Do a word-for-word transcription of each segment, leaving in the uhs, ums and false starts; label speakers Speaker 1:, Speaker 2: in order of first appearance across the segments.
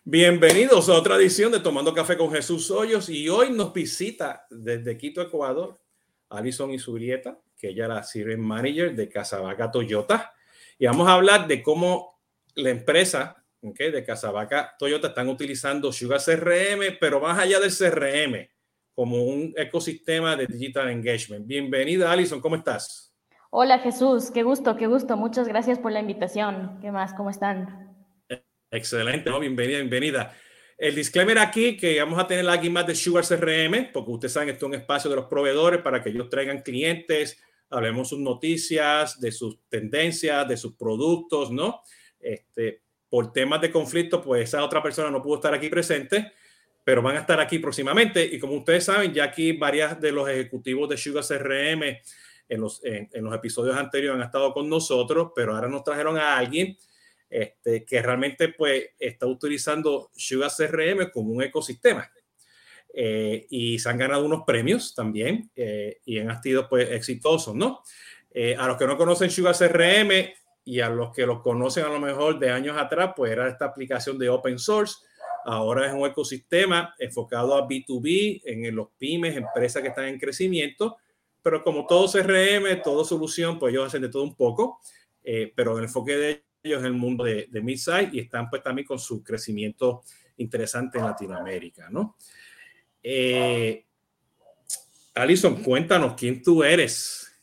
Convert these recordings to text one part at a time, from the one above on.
Speaker 1: Bienvenidos a otra edición de Tomando Café con Jesús Hoyos y hoy nos visita desde Quito, Ecuador, Alison Izurieta, que ella es la Senior Manager de Casavaca Toyota, y vamos a hablar de cómo la empresa okay, de Casavaca Toyota están utilizando Sugar C R M, pero más allá del C R M, como un ecosistema de Digital Engagement. Bienvenida, Alison, ¿cómo estás?
Speaker 2: Hola Jesús, qué gusto, qué gusto. Muchas gracias por la invitación. ¿Qué más? ¿Cómo están?
Speaker 1: Excelente, ¿no? Bienvenida, bienvenida. El disclaimer aquí que vamos a tener alguien más de Sugar C R M, porque ustedes saben que esto es un espacio de los proveedores para que ellos traigan clientes, hablemos sus noticias, de sus tendencias, de sus productos, ¿no? Este, por temas de conflicto, pues esa otra persona no pudo estar aquí presente, pero van a estar aquí próximamente. Y como ustedes saben, ya aquí varias de los ejecutivos de Sugar C R M en los, en, en los episodios anteriores han estado con nosotros, pero ahora nos trajeron a alguien Este, que realmente pues está utilizando Sugar C R M como un ecosistema eh, y se han ganado unos premios también eh, y han sido pues exitosos, ¿no? Eh, a los que no conocen Sugar C R M y a los que lo conocen a lo mejor de años atrás, pues era esta aplicación de open source. Ahora es un ecosistema enfocado a B dos B, en los pymes, empresas que están en crecimiento, pero como todo C R M, todo solución, pues ellos hacen de todo un poco, eh, pero el enfoque de ellos en el mundo de, de mid-size y están pues también con su crecimiento interesante en Latinoamérica, ¿no? Eh, Alison, cuéntanos quién tú eres.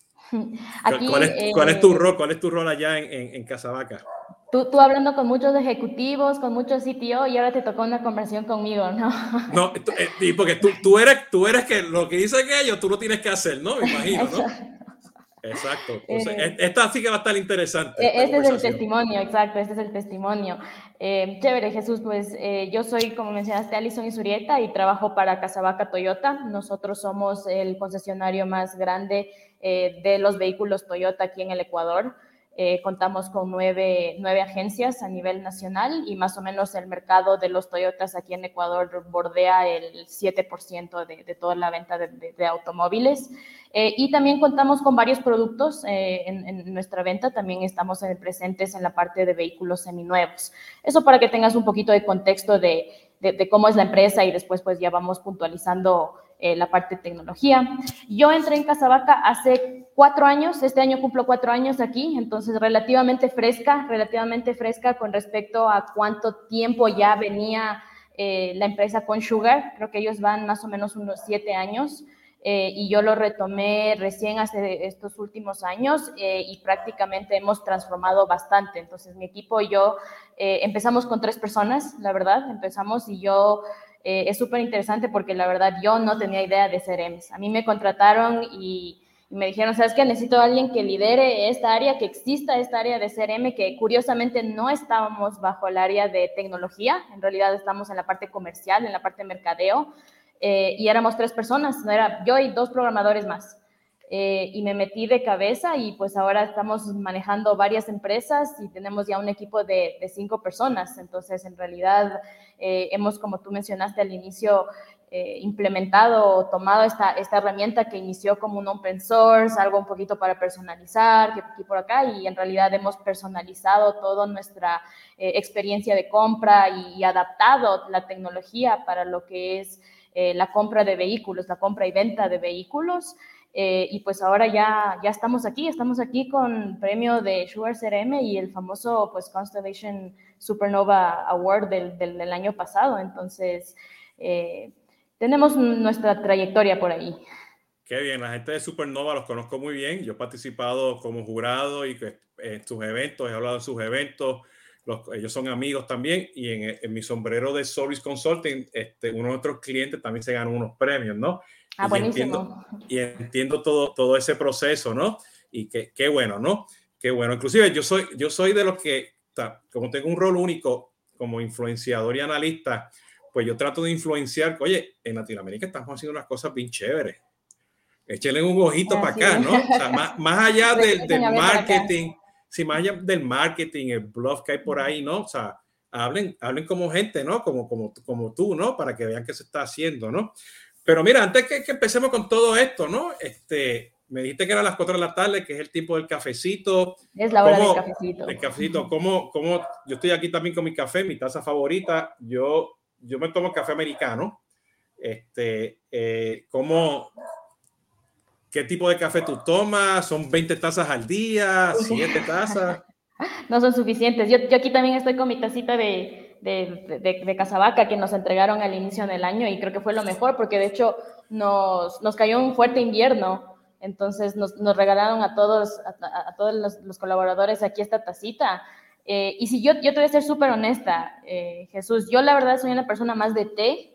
Speaker 2: Aquí,
Speaker 1: ¿Cuál es, cuál es
Speaker 2: eh,
Speaker 1: tu rol? ¿Cuál es tu rol allá en, en, en Casavaca?
Speaker 2: tú, tú hablando con muchos ejecutivos, con muchos C T O y ahora te tocó una conversación conmigo, ¿no?
Speaker 1: No, eh, y porque tú, tú, eres, tú eres que lo que dicen ellos, tú lo tienes que hacer, ¿no? Me imagino, ¿no? Exacto. Entonces,
Speaker 2: eh,
Speaker 1: esta sí que va a estar interesante, esta
Speaker 2: Este es el
Speaker 1: conversación.
Speaker 2: testimonio, exacto, este es el testimonio. Eh, chévere, Jesús, pues eh, yo soy, como mencionaste, Alison Izurieta y trabajo para Casavaca Toyota. Nosotros somos el concesionario más grande eh, de los vehículos Toyota aquí en el Ecuador. Eh, contamos con nueve, nueve agencias a nivel nacional y más o menos el mercado de los Toyotas aquí en Ecuador bordea el siete por ciento de, de toda la venta de, de, de automóviles. Eh, y también contamos con varios productos eh, en, en nuestra venta, también estamos en, presentes en la parte de vehículos seminuevos. Eso para que tengas un poquito de contexto de, de, de cómo es la empresa y después pues ya vamos puntualizando eh, la parte de tecnología. Yo entré en Casavaca hace cuatro años, este año cumplo cuatro años aquí, entonces relativamente fresca, relativamente fresca con respecto a cuánto tiempo ya venía eh, la empresa con Sugar, creo que ellos van más o menos unos siete años. Eh, y yo lo retomé recién hace estos últimos años eh, y prácticamente hemos transformado bastante. Entonces mi equipo y yo eh, empezamos con tres personas, la verdad, empezamos y yo eh, es súper interesante porque la verdad yo no tenía idea de C R Ms. A mí me contrataron y, y me dijeron, ¿sabes qué? Necesito a alguien que lidere esta área, que exista esta área de C R M, que curiosamente no estábamos bajo el área de tecnología, en realidad estamos en la parte comercial, en la parte de mercadeo. Eh, y éramos tres personas, no era yo y dos programadores más. Eh, y me metí de cabeza y pues ahora estamos manejando varias empresas y tenemos ya un equipo de, de cinco personas. Entonces, en realidad, eh, hemos, como tú mencionaste al inicio, eh, implementado o tomado esta, esta herramienta que inició como un open source, algo un poquito para personalizar, que aquí por acá, y en realidad hemos personalizado toda nuestra eh, experiencia de compra y, y adaptado la tecnología para lo que es Eh, la compra de vehículos, la compra y venta de vehículos. Eh, y pues ahora ya, ya estamos aquí, estamos aquí con premio de Sugar C R M y el famoso pues Constellation Supernova Award del, del, del año pasado. Entonces, eh, tenemos nuestra trayectoria por ahí.
Speaker 1: Qué bien, la gente de Supernova los conozco muy bien. Yo he participado como jurado y que, en sus eventos, he hablado de sus eventos. Los, ellos son amigos también. Y en, en mi sombrero de Service Consulting, este, uno de nuestros clientes también se ganó unos premios, ¿no?
Speaker 2: Ah,
Speaker 1: Y entiendo,
Speaker 2: buenísimo.
Speaker 1: y entiendo todo, todo ese proceso, ¿no? Y qué, qué bueno, ¿no? Qué bueno. Inclusive yo soy, yo soy de los que, como tengo un rol único como influenciador y analista, pues yo trato de influenciar. Oye, en Latinoamérica estamos haciendo unas cosas bien chéveres. Échenle un ojito para
Speaker 2: Así
Speaker 1: acá, ¿no? O sea, más, más allá del,
Speaker 2: regresen
Speaker 1: del
Speaker 2: a ver para acá.
Speaker 1: marketing, si más allá del marketing, el bluff que hay por ahí, ¿no? O sea, hablen, hablen como gente, ¿no? Como, como, como tú, ¿no? Para que vean qué se está haciendo, ¿no? Pero mira, antes que, que empecemos con todo esto, ¿no? Este, me dijiste que era a las cuatro de la tarde, que es el tiempo del cafecito.
Speaker 2: Es la hora del cafecito.
Speaker 1: El cafecito, ¿cómo, cómo? Yo estoy aquí también con mi café, mi taza favorita. Yo, yo me tomo café americano. Este, eh, ¿cómo, ¿Qué tipo de café tú tomas? ¿Son veinte tazas al día? ¿siete tazas?
Speaker 2: No son suficientes. Yo, yo aquí también estoy con mi tacita de, de, de, de Casabaca que nos entregaron al inicio del año y creo que fue lo mejor porque de hecho nos, nos cayó un fuerte invierno. Entonces nos, nos regalaron a todos, a, a todos los, los colaboradores aquí esta tacita. Eh, y si yo, yo te voy a ser súper honesta, eh, Jesús, yo la verdad soy una persona más de té,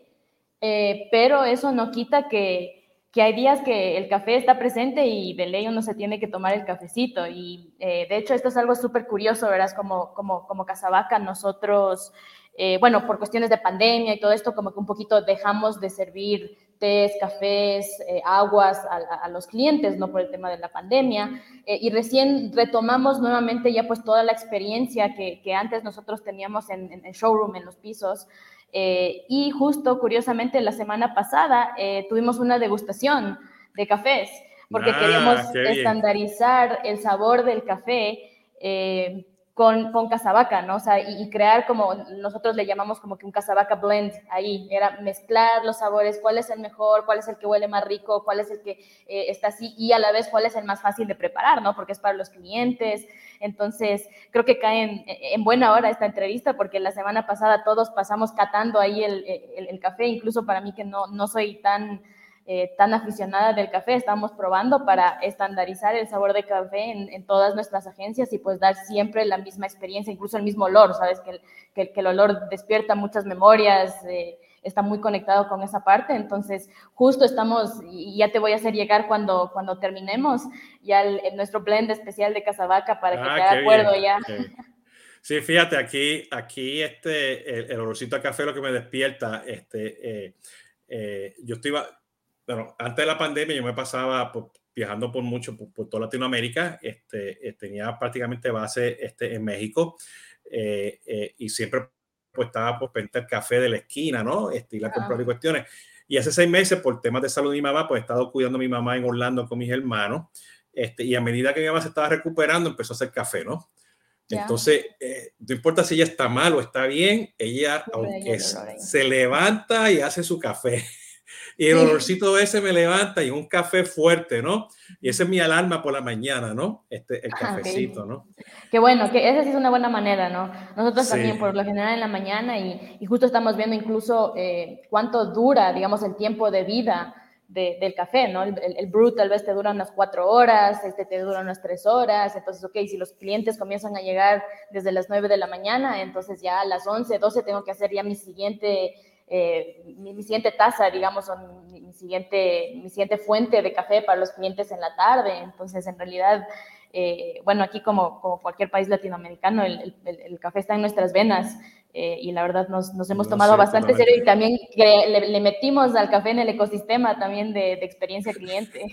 Speaker 2: eh, pero eso no quita que que hay días que el café está presente y de ley uno se tiene que tomar el cafecito. Y eh, de hecho esto es algo súper curioso, ¿verdad? Como, como, como Casabaca nosotros, eh, bueno, por cuestiones de pandemia y todo esto, como que un poquito dejamos de servir tés, cafés, eh, aguas a, a, los clientes, ¿no? Por el tema de la pandemia. Eh, y recién retomamos nuevamente ya pues toda la experiencia que, que antes nosotros teníamos en, en el showroom, en los pisos. Eh, y justo, curiosamente, la semana pasada eh, tuvimos una degustación de cafés, porque ah, queremos estandarizar el sabor del café eh, con, con Casabaca, ¿no? O sea, y, y crear como, nosotros le llamamos como que un Casabaca blend ahí, era mezclar los sabores, cuál es el mejor, cuál es el que huele más rico, cuál es el que eh, está así, y a la vez cuál es el más fácil de preparar, ¿no? Porque es para los clientes. Entonces, creo que cae en, en buena hora esta entrevista, porque la semana pasada todos pasamos catando ahí el, el, el café, incluso para mí que no, no soy tan... Eh, tan aficionada del café, estamos probando para estandarizar el sabor de café en, en todas nuestras agencias y pues dar siempre la misma experiencia, incluso el mismo olor, sabes que el, que, que el olor despierta muchas memorias, eh, está muy conectado con esa parte, entonces justo estamos, y ya te voy a hacer llegar cuando, cuando terminemos, ya el, el nuestro blend especial de Casabaca para que ah, te haga acuerdo bien. Ya.
Speaker 1: Okay. Sí, fíjate, aquí, aquí este, el, el olorcito a café lo que me despierta, este, eh, eh, yo estoy... Bueno, antes de la pandemia yo me pasaba por, viajando por mucho, por, por toda Latinoamérica, este, eh, tenía prácticamente base este, en México eh, eh, y siempre pues, estaba por pendiente el café de la esquina, ¿no? Este, ir a comprar y cuestiones. Y hace seis meses, por temas de salud de mi mamá, pues he estado cuidando a mi mamá en Orlando con mis hermanos este, y a medida que mi mamá se estaba recuperando, empezó a hacer café, ¿no? Yeah. Entonces, eh, no importa si ella está mal o está bien, ella, aunque se levanta y hace su café. Y el olorcito ese me levanta y un café fuerte, ¿no? Y esa es mi alarma por la mañana, ¿no? Este, el cafecito, okay. ¿no?
Speaker 2: Qué bueno, que esa sí es una buena manera, ¿no? Nosotros sí. También por lo general en la mañana y, y justo estamos viendo incluso eh, cuánto dura, digamos, el tiempo de vida de, del café, ¿no? El, el, el brew tal vez te dura unas cuatro horas, este te dura unas tres horas, entonces, ok, si los clientes comienzan a llegar desde las nueve de la mañana, entonces ya a las once, doce tengo que hacer ya mi siguiente... Eh, mi, mi siguiente taza, digamos, o mi, mi, siguiente, mi siguiente fuente de café para los clientes en la tarde. Entonces, en realidad, eh, bueno, aquí como, como cualquier país latinoamericano, el, el, el café está en nuestras venas eh, y la verdad nos, nos hemos tomado no, sí, bastante totalmente. Serio y también le, le metimos al café en el ecosistema también de, de experiencia cliente.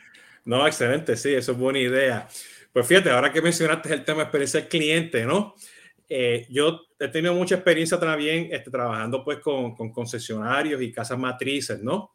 Speaker 1: No, excelente, sí, eso es buena idea. Pues fíjate, ahora que mencionaste el tema de experiencia cliente, ¿no? Eh, yo he tenido mucha experiencia también este, trabajando pues con, con concesionarios y casas matrices, ¿no?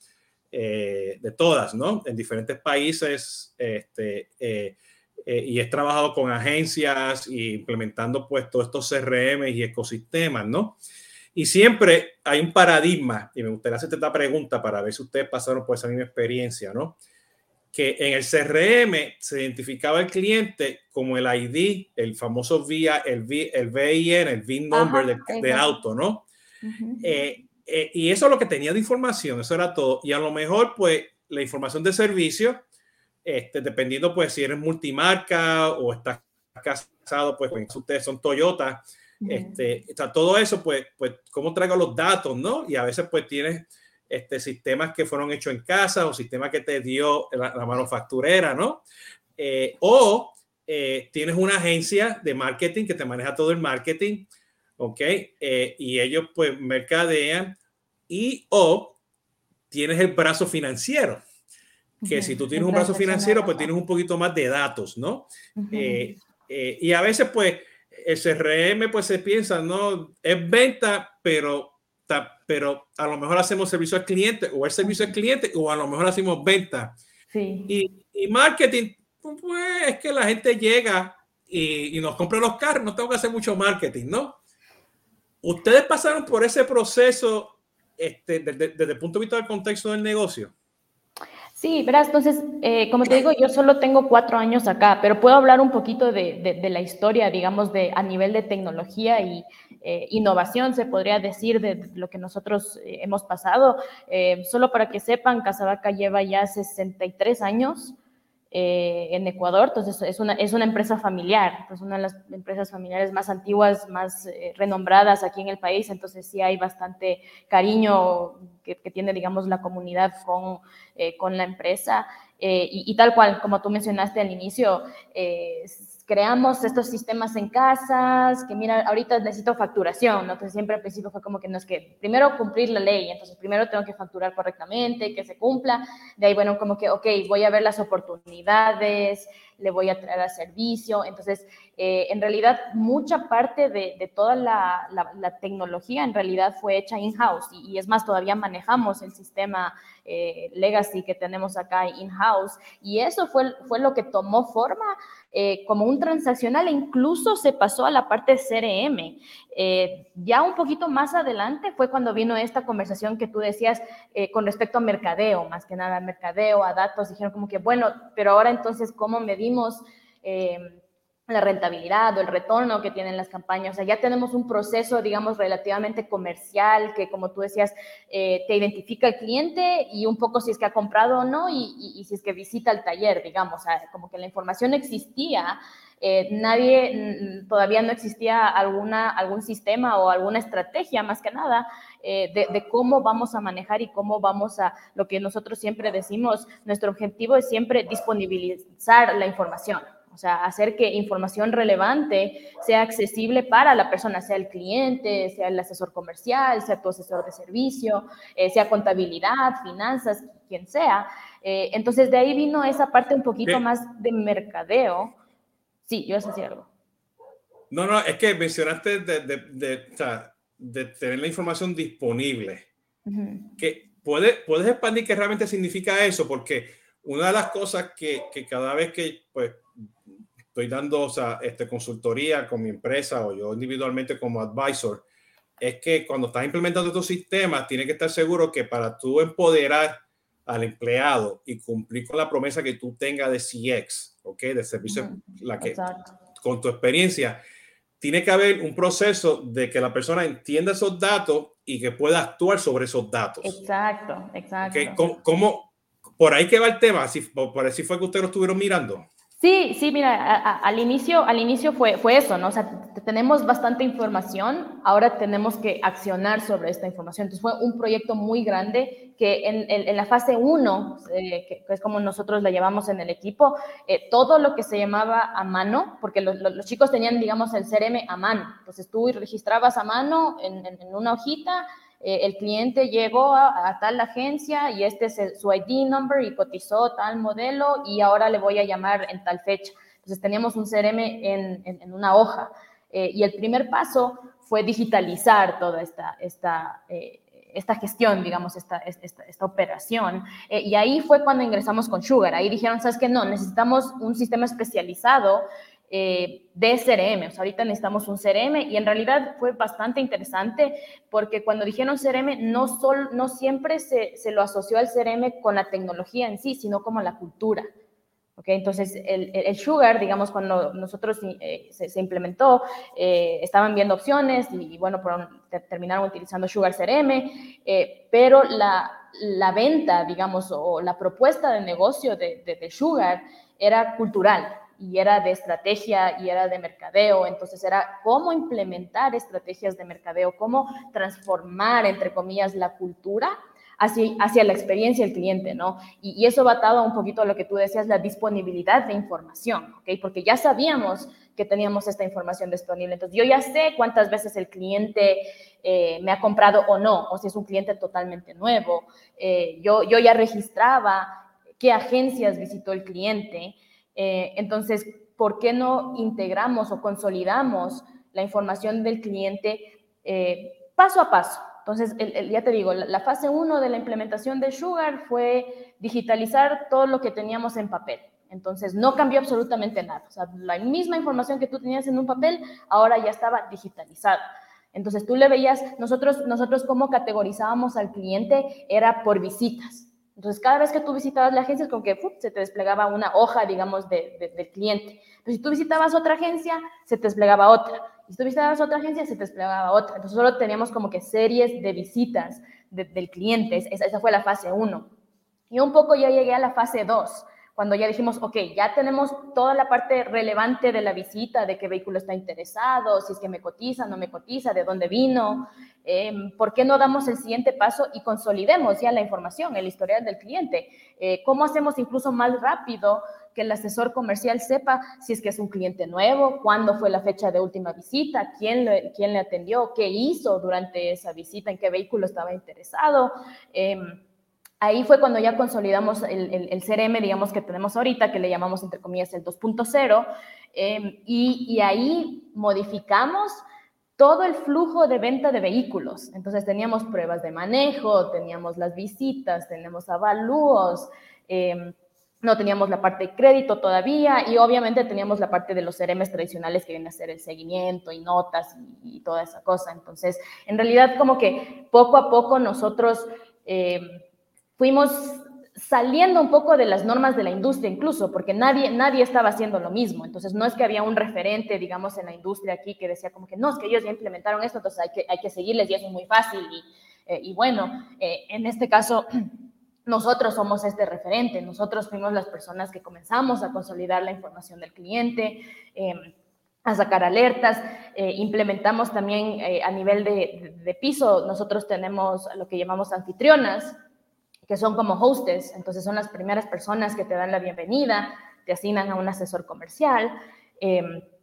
Speaker 1: Eh, de todas, ¿no? En diferentes países este, eh, eh, y he trabajado con agencias y implementando pues todos estos C R M y ecosistemas, ¿no? Y siempre hay un paradigma y me gustaría hacerte esta pregunta para ver si ustedes pasaron por esa misma experiencia, ¿no? Que en el C R M se identificaba el cliente como el I D, el famoso vía, el, v, el V I N, el V I N number del, del auto, ¿no? Uh-huh. eh, eh, y eso es lo que tenía de información, eso era todo. Y a lo mejor, pues, la información de servicio, este, dependiendo, pues, si eres multimarca o estás casado, pues, pues ustedes son Toyota, uh-huh. este, está todo eso, pues, pues, ¿cómo traigo los datos, no? Y a veces, pues, tienes... Este, sistemas que fueron hechos en casa o sistemas que te dio la, la manufacturera, ¿no? Eh, o eh, tienes una agencia de marketing que te maneja todo el marketing, ¿ok? Eh, y ellos pues mercadean y o tienes el brazo financiero, que uh-huh. si tú tienes un brazo financiero pues tienes un poquito más de datos, ¿no? Uh-huh. eh, eh, y a veces pues el C R M pues se piensa, ¿no? Es venta, pero... pero a lo mejor hacemos servicio al cliente o el servicio al cliente o a lo mejor hacemos venta.
Speaker 2: Sí.
Speaker 1: Y, Y marketing, pues es que la gente llega y, y nos compra los carros, no tengo que hacer mucho marketing, ¿no? ¿Ustedes pasaron por ese proceso este, desde, desde el punto de vista del contexto del negocio?
Speaker 2: Sí, verás, entonces, eh, como te digo, yo solo tengo cuatro años acá, pero puedo hablar un poquito de, de, de la historia, digamos, de, a nivel de tecnología y eh, innovación, se podría decir, de, de lo que nosotros eh, hemos pasado. Eh, solo para que sepan, Casavaca lleva ya sesenta y tres años eh, en Ecuador, entonces es una, es una empresa familiar, es una de las empresas familiares más antiguas, más eh, renombradas aquí en el país, entonces sí hay bastante cariño que, que tiene, digamos, la comunidad con, eh, con la empresa. Eh, y, y tal cual, como tú mencionaste al inicio, eh, creamos estos sistemas en casas, que mira, ahorita necesito facturación, ¿no? Entonces siempre al principio fue como que no es que primero cumplir la ley, entonces primero tengo que facturar correctamente, que se cumpla, de ahí bueno, como que, ok, voy a ver las oportunidades, le voy a traer a servicio, entonces eh, en realidad mucha parte de, de toda la, la, la, tecnología en realidad fue hecha in-house y, y es más, todavía manejamos el sistema eh, legacy que tenemos acá in-house y eso fue, fue lo que tomó forma eh, como un transaccional e incluso se pasó a la parte C R M. Eh, ya un poquito más adelante fue cuando vino esta conversación que tú decías eh, con respecto a mercadeo, más que nada mercadeo, a datos, dijeron como que bueno, pero ahora entonces, ¿cómo medimos eh, la rentabilidad o el retorno que tienen las campañas? O sea, ya tenemos un proceso, digamos, relativamente comercial que, como tú decías, eh, te identifica el cliente y un poco si es que ha comprado o no y, y, y si es que visita el taller, digamos, o sea, como que la información existía, eh, nadie, todavía no existía alguna, algún sistema o alguna estrategia, más que nada, eh, de, de cómo vamos a manejar y cómo vamos a, lo que nosotros siempre decimos, nuestro objetivo es siempre disponibilizar la información. O sea, hacer que información relevante sea accesible para la persona, sea el cliente, sea el asesor comercial, sea tu asesor de servicio, eh, sea contabilidad, finanzas, quien sea. Eh, entonces, de ahí vino esa parte un poquito
Speaker 1: ¿Qué?
Speaker 2: más de mercadeo. Sí, yo sé decir algo.
Speaker 1: No, no, es que mencionaste de, de, de, o sea, de tener la información disponible. Uh-huh. Que puede, puedes expandir qué realmente significa eso, porque una de las cosas que, que cada vez que pues, estoy dando o sea, este, consultoría con mi empresa o yo individualmente como advisor, es que cuando estás implementando estos sistemas, tienes que estar seguro que para tú empoderar al empleado y cumplir con la promesa que tú tengas de C X, ¿ok? De servicio, uh-huh. la que, con tu experiencia, tiene que haber un proceso de que la persona entienda esos datos y que pueda actuar sobre esos datos.
Speaker 2: Exacto, exacto.
Speaker 1: ¿Okay? ¿Cómo, cómo, por ahí que va el tema? ¿Así, por así fue que ustedes lo estuvieron mirando?
Speaker 2: Sí, sí, mira, a, a, al inicio, al inicio fue, fue eso, ¿no? O sea, tenemos bastante información, ahora tenemos que accionar sobre esta información. Entonces fue un proyecto muy grande que en, en, en la fase uno, eh, que, que es como nosotros la llevamos en el equipo, eh, todo lo que se llamaba a mano, porque lo, lo, los chicos tenían, digamos, el C R M a mano. Entonces tú registrabas a mano en, en, en una hojita, Eh, el cliente llegó a, a tal agencia y este es el, su I D number y cotizó tal modelo y ahora le voy a llamar en tal fecha. Entonces teníamos un C R M en, en, en una hoja eh, y el primer paso fue digitalizar toda esta, esta, eh, esta gestión, digamos, esta, esta, esta operación. Eh, y ahí fue cuando ingresamos con Sugar. Ahí dijeron, ¿sabes qué? No, necesitamos un sistema especializado Eh, de C R M, o sea, ahorita necesitamos un C R M y en realidad fue bastante interesante porque cuando dijeron C R M no, sol, no siempre se, se lo asoció al C R M con la tecnología en sí, sino como la cultura. Okay, entonces, el, el Sugar, digamos, cuando nosotros eh, se, se implementó, eh, estaban viendo opciones y, y bueno, por, terminaron utilizando Sugar C R M, eh, pero la, la venta, digamos, o la propuesta de negocio de, de, de Sugar era cultural y era de estrategia y era de mercadeo, entonces era cómo implementar estrategias de mercadeo, cómo transformar, entre comillas, la cultura Hacia, hacia la experiencia del cliente, ¿no? Y, y eso va atado un poquito a lo que tú decías, la disponibilidad de información, ¿ok? Porque ya sabíamos que teníamos esta información disponible. Entonces, yo ya sé cuántas veces el cliente eh, me ha comprado o no, o si es un cliente totalmente nuevo. Eh, yo, yo ya registraba qué agencias visitó el cliente. Eh, entonces, ¿por qué no integramos o consolidamos la información del cliente eh, paso a paso? Entonces, el, el, ya te digo, la, la fase uno de la implementación de Sugar fue digitalizar todo lo que teníamos en papel. Entonces, no cambió absolutamente nada. O sea, la misma información que tú tenías en un papel, ahora ya estaba digitalizada. Entonces, tú le veías, nosotros, nosotros cómo categorizábamos al cliente era por visitas. Entonces, cada vez que tú visitabas la agencia, es como que ¡pum!, se te desplegaba una hoja, digamos, de, de, del cliente. Entonces, si tú visitabas otra agencia, se te desplegaba otra. Y si tú visitabas otra agencia, se te desplegaba otra. Entonces, solo teníamos como que series de visitas de, del cliente. Esa, esa fue la fase uno. Y un poco ya llegué a la fase dos, cuando ya dijimos, ok, ya tenemos toda la parte relevante de la visita, de qué vehículo está interesado, si es que me cotiza, no me cotiza, de dónde vino, eh, ¿por qué no damos el siguiente paso y consolidemos ya la información, el historial del cliente? Eh, ¿Cómo hacemos incluso más rápido que el asesor comercial sepa si es que es un cliente nuevo, cuándo fue la fecha de última visita, quién le, quién le atendió, qué hizo durante esa visita, en qué vehículo estaba interesado? Eh, Ahí fue cuando ya consolidamos el, el, el C R M, digamos, que tenemos ahorita, que le llamamos, entre comillas, el dos punto cero, eh, y, y ahí modificamos todo el flujo de venta de vehículos. Entonces teníamos pruebas de manejo, teníamos las visitas, tenemos avalúos, eh, no teníamos la parte de crédito todavía, y obviamente teníamos la parte de los C R Ms tradicionales que vienen a hacer el seguimiento y notas y, y toda esa cosa. Entonces, en realidad, como que poco a poco nosotros eh, fuimos saliendo un poco de las normas de la industria incluso, porque nadie, nadie estaba haciendo lo mismo. Entonces, no es que había un referente, digamos, en la industria aquí que decía como que no, es que ellos ya implementaron esto, entonces hay que, hay que seguirles y eso es muy fácil. Y, eh, y bueno, eh, en este caso, nosotros somos este referente. Nosotros fuimos las personas que comenzamos a consolidar la información del cliente, eh, a sacar alertas, eh, implementamos también eh, a nivel de, de, de piso, nosotros tenemos lo que llamamos anfitrionas, que son como hostess, entonces son las primeras personas que te dan la bienvenida, te asignan a un asesor comercial. Eh,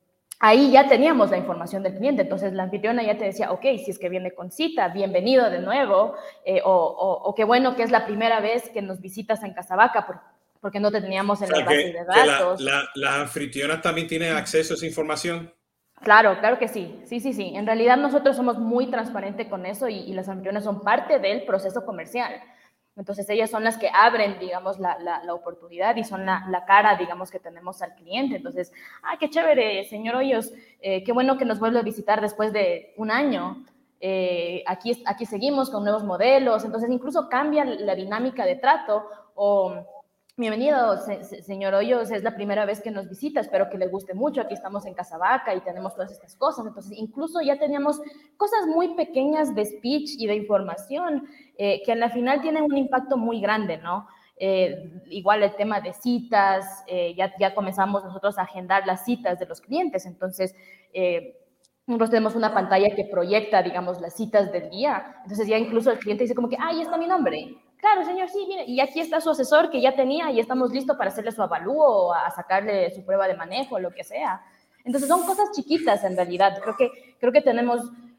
Speaker 2: ahí ya teníamos la información del cliente, entonces la anfitriona ya te decía, ok, si es que viene con cita, bienvenido de nuevo, eh, o, o, o qué bueno que es la primera vez que nos visitas en Casablanca, porque, porque no te teníamos en o sea, la base
Speaker 1: que,
Speaker 2: de datos.
Speaker 1: Que la, la, las anfitrionas también tienen acceso a esa información.
Speaker 2: Claro, claro que sí, sí, sí, sí. En realidad nosotros somos muy transparentes con eso y, y las anfitrionas son parte del proceso comercial. Entonces, ellas son las que abren, digamos, la, la, la oportunidad y son la, la cara, digamos, que tenemos al cliente. Entonces, ¡ay, qué chévere, señor Hoyos! Eh, qué bueno que nos vuelve a visitar después de un año. Eh, aquí, aquí seguimos con nuevos modelos. Entonces, incluso cambia la dinámica de trato o... Bienvenido, se, se, señor Hoyos, es la primera vez que nos visita, espero que le guste mucho, aquí estamos en Casablanca y tenemos todas estas cosas. Entonces, incluso ya teníamos cosas muy pequeñas de speech y de información eh, que a la final tienen un impacto muy grande, ¿no? Eh, igual el tema de citas, eh, ya, ya comenzamos nosotros a agendar las citas de los clientes, entonces... Eh, nosotros tenemos una pantalla que proyecta, digamos, las citas del día. Entonces ya incluso el cliente dice como que, ah, ya está mi nombre. Claro, señor, sí, mire. Y aquí está su asesor que ya tenía y estamos listos para hacerle su avalúo o a sacarle su prueba de manejo, lo que sea. Entonces son cosas chiquitas en realidad. Creo que, creo que tenemos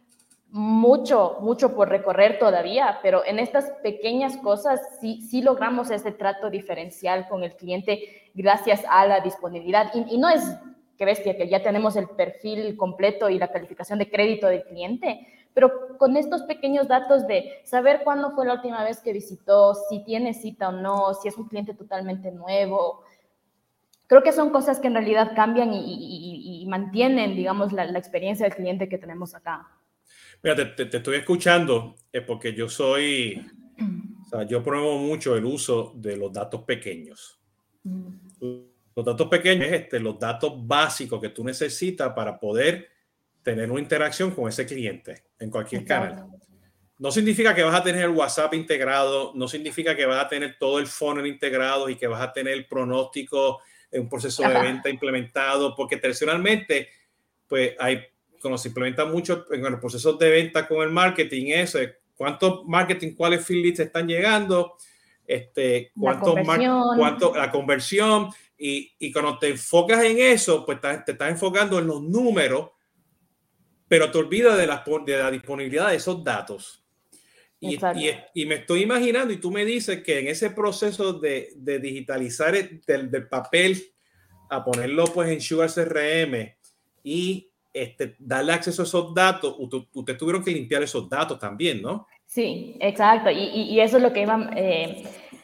Speaker 2: mucho, mucho por recorrer todavía, pero en estas pequeñas cosas sí, sí logramos ese trato diferencial con el cliente gracias a la disponibilidad. Y, y no es... qué bestia, que ya tenemos el perfil completo y la calificación de crédito del cliente, pero con estos pequeños datos de saber cuándo fue la última vez que visitó, si tiene cita o no, si es un cliente totalmente nuevo, creo que son cosas que en realidad cambian y, y, y mantienen, digamos, la, la experiencia del cliente que tenemos acá.
Speaker 1: Mira, te, te, te estoy escuchando eh, porque yo soy, o sea, yo promuevo mucho el uso de los datos pequeños. Mm. Los datos pequeños es este, los datos básicos que tú necesitas para poder tener una interacción con ese cliente en cualquier Exacto. canal. No significa que vas a tener el WhatsApp integrado, no significa que vas a tener todo el funnel integrado y que vas a tener el pronóstico en un proceso Ajá. de venta implementado, porque tradicionalmente, pues hay, cuando se implementa mucho en los procesos de venta con el marketing, eso es cuántos marketing, cuáles field leads están llegando, este, cuántos la conversión, cuánto, la conversión y, y cuando te enfocas en eso, pues te, te estás enfocando en los números, pero te olvidas de la, de la disponibilidad de esos datos. Y, y, y me estoy imaginando, y tú me dices que en ese proceso de, de digitalizar el, del, del papel a ponerlo pues en Sugar C R M y este, darle acceso a esos datos, ustedes usted tuvieron que limpiar esos datos también, ¿no?
Speaker 2: Sí, exacto. Y, y, y eso es lo que iba, eh,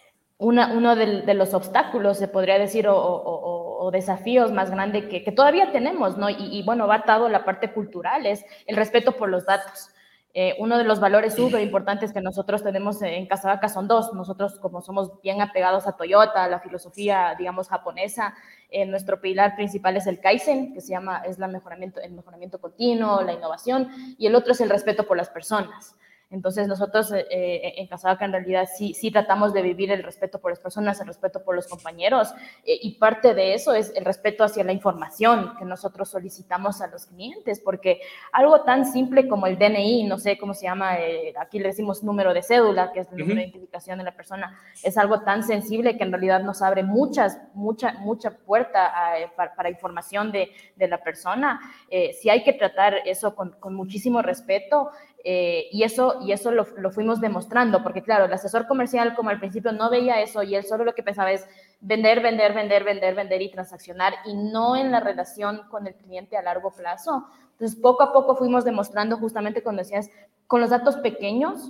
Speaker 2: una, uno de, de los obstáculos, se podría decir, o, o, o, o desafíos más grandes que, que todavía tenemos, ¿no? Y, y bueno, va atado a la parte cultural, es el respeto por los datos. Eh, uno de los valores súper importantes que nosotros tenemos en Casablanca son dos. Nosotros, como somos bien apegados a Toyota, a la filosofía, digamos, japonesa, eh, nuestro pilar principal es el Kaizen, que se llama, es la mejoramiento, el mejoramiento continuo, la innovación, y el otro es el respeto por las personas. Entonces nosotros eh, en Casablanca en realidad sí, sí tratamos de vivir el respeto por las personas, el respeto por los compañeros, eh, y parte de eso es el respeto hacia la información que nosotros solicitamos a los clientes, porque algo tan simple como el D N I, no sé cómo se llama, eh, aquí le decimos número de cédula, que es el número uh-huh. de identificación de la persona, es algo tan sensible que en realidad nos abre muchas, mucha, mucha puerta a, para, para información de, de la persona. Eh, sí hay que tratar eso con, con muchísimo respeto. Eh, y eso, y eso lo, lo fuimos demostrando, porque claro, el asesor comercial como al principio no veía eso y él solo lo que pensaba es vender, vender, vender, vender, vender y transaccionar y no en la relación con el cliente a largo plazo. Entonces poco a poco fuimos demostrando justamente cuando decías, con los datos pequeños,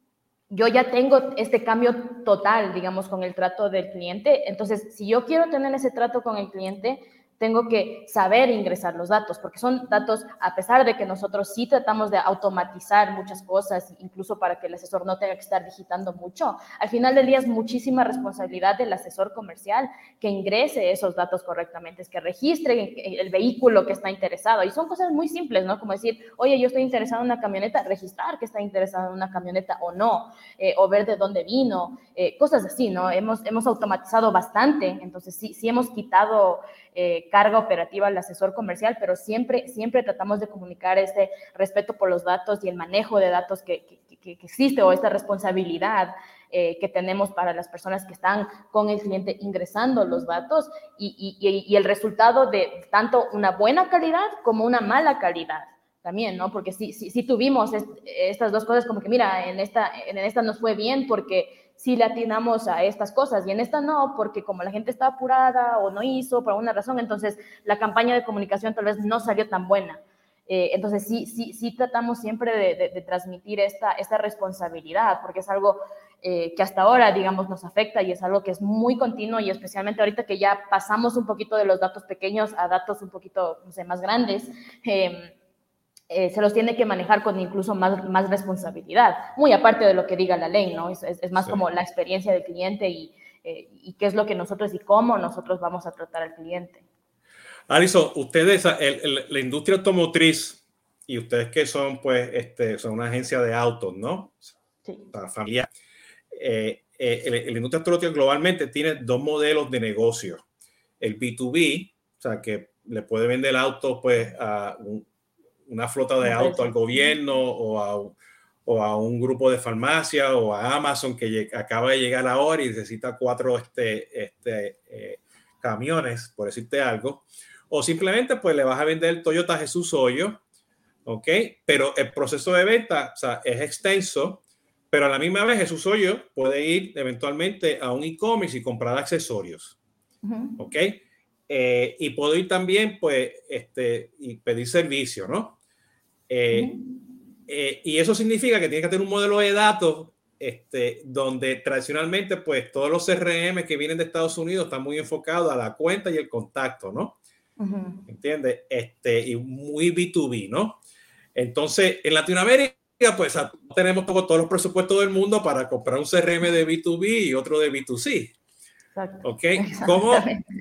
Speaker 2: yo ya tengo este cambio total, digamos, con el trato del cliente. Entonces, si yo quiero tener ese trato con el cliente, tengo que saber ingresar los datos, porque son datos, a pesar de que nosotros sí tratamos de automatizar muchas cosas, incluso para que el asesor no tenga que estar digitando mucho, al final del día es muchísima responsabilidad del asesor comercial que ingrese esos datos correctamente, es que registre el vehículo que está interesado. Y son cosas muy simples, ¿no? Como decir, oye, yo estoy interesado en una camioneta, registrar que está interesado en una camioneta o no, eh, o ver de dónde vino, eh, cosas así, ¿no? Hemos, hemos automatizado bastante, entonces sí, sí hemos quitado Eh, carga operativa al asesor comercial, pero siempre, siempre tratamos de comunicar este respeto por los datos y el manejo de datos que, que, que existe, o esta responsabilidad eh, que tenemos para las personas que están con el cliente ingresando los datos y, y, y el resultado de tanto una buena calidad como una mala calidad también, ¿no? Porque sí, sí, sí tuvimos est estas dos cosas, como que mira, en esta, en esta nos fue bien porque sí le atinamos a estas cosas y en esta no, porque como la gente está apurada o no hizo por alguna razón, entonces la campaña de comunicación tal vez no salió tan buena. Eh, entonces sí, sí, sí tratamos siempre de, de, de transmitir esta, esta responsabilidad, porque es algo eh, que hasta ahora, digamos, nos afecta y es algo que es muy continuo, y especialmente ahorita que ya pasamos un poquito de los datos pequeños a datos un poquito, no sé, más grandes, eh, Eh, se los tiene que manejar con incluso más, más responsabilidad, muy aparte de lo que diga la ley, ¿no? Es, es, es más sí. como la experiencia del cliente y, eh, y qué es lo que nosotros y cómo nosotros vamos a tratar al cliente.
Speaker 1: Alison, ustedes, el, el, la industria automotriz y ustedes que son, pues, este, son una agencia de autos, ¿no?
Speaker 2: Sí.
Speaker 1: Para familiar. Eh, eh, el, el industria automotriz globalmente tiene dos modelos de negocio. El B dos B, o sea, que le puede vender autos, pues, a un una flota de autos al gobierno o a, o a un grupo de farmacia o a Amazon que acaba de llegar ahora y necesita cuatro este, este, eh, camiones, por decirte algo. O simplemente pues le vas a vender el Toyota Jesús Hoyo, ¿ok? Pero el proceso de venta, o sea, es extenso, pero a la misma vez Jesús Hoyo puede ir eventualmente a un e-commerce y comprar accesorios, ¿ok? Eh, y puedo ir también pues este, y pedir servicio, ¿no? Eh, uh-huh. eh, y eso significa que tiene que tener un modelo de datos este, donde tradicionalmente pues todos los C R M que vienen de Estados Unidos están muy enfocados a la cuenta y el contacto, ¿no? Uh-huh. ¿Entiendes? Este, y muy B dos B, ¿no? Entonces, en Latinoamérica pues tenemos todos los presupuestos del mundo para comprar un C R M de B dos B y otro de B dos C. Exacto. ¿Ok? ¿Cómo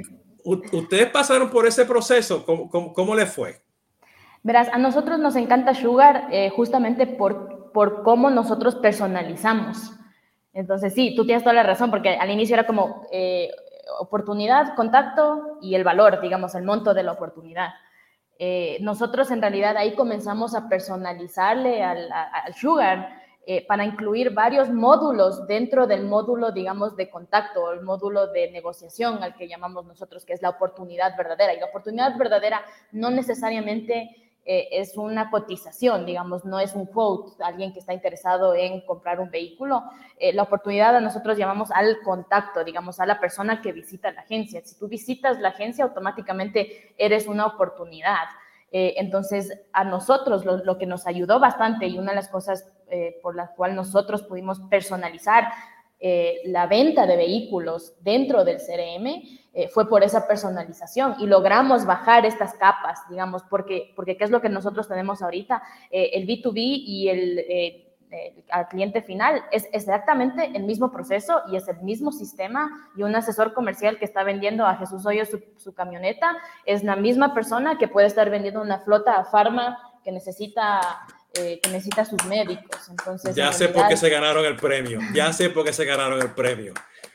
Speaker 1: ustedes pasaron por ese proceso? ¿Cómo, cómo, cómo les fue?
Speaker 2: Verás, a nosotros nos encanta Sugar eh, justamente por, por cómo nosotros personalizamos. Entonces, sí, tú tienes toda la razón, porque al inicio era como eh, oportunidad, contacto y el valor, digamos, el monto de la oportunidad. Eh, nosotros en realidad ahí comenzamos a personalizarle al, a, al Sugar eh, para incluir varios módulos dentro del módulo, digamos, de contacto, el módulo de negociación al que llamamos nosotros, que es la oportunidad verdadera. Y la oportunidad verdadera no necesariamente Eh, es una cotización, digamos, no es un quote, alguien que está interesado en comprar un vehículo. Eh, la oportunidad a nosotros llamamos al contacto, digamos, a la persona que visita la agencia. Si tú visitas la agencia, automáticamente eres una oportunidad. Eh, entonces, a nosotros lo, lo que nos ayudó bastante y una de las cosas eh, por la cual nosotros pudimos personalizar eh, la venta de vehículos dentro del C R M eh, fue por esa personalización y logramos bajar estas capas, digamos, porque, porque ¿qué es lo que nosotros tenemos ahorita? Eh, el B dos B y el... Eh, Eh, al cliente final, es exactamente el mismo proceso y es el mismo sistema y un asesor comercial que está vendiendo a Jesús Hoyos su, su camioneta es la misma persona que puede estar vendiendo una flota a Pharma que necesita, eh, que necesita sus médicos. Entonces,
Speaker 1: ya sé realidad, por qué se ganaron el premio, ya sé por qué se ganaron el premio.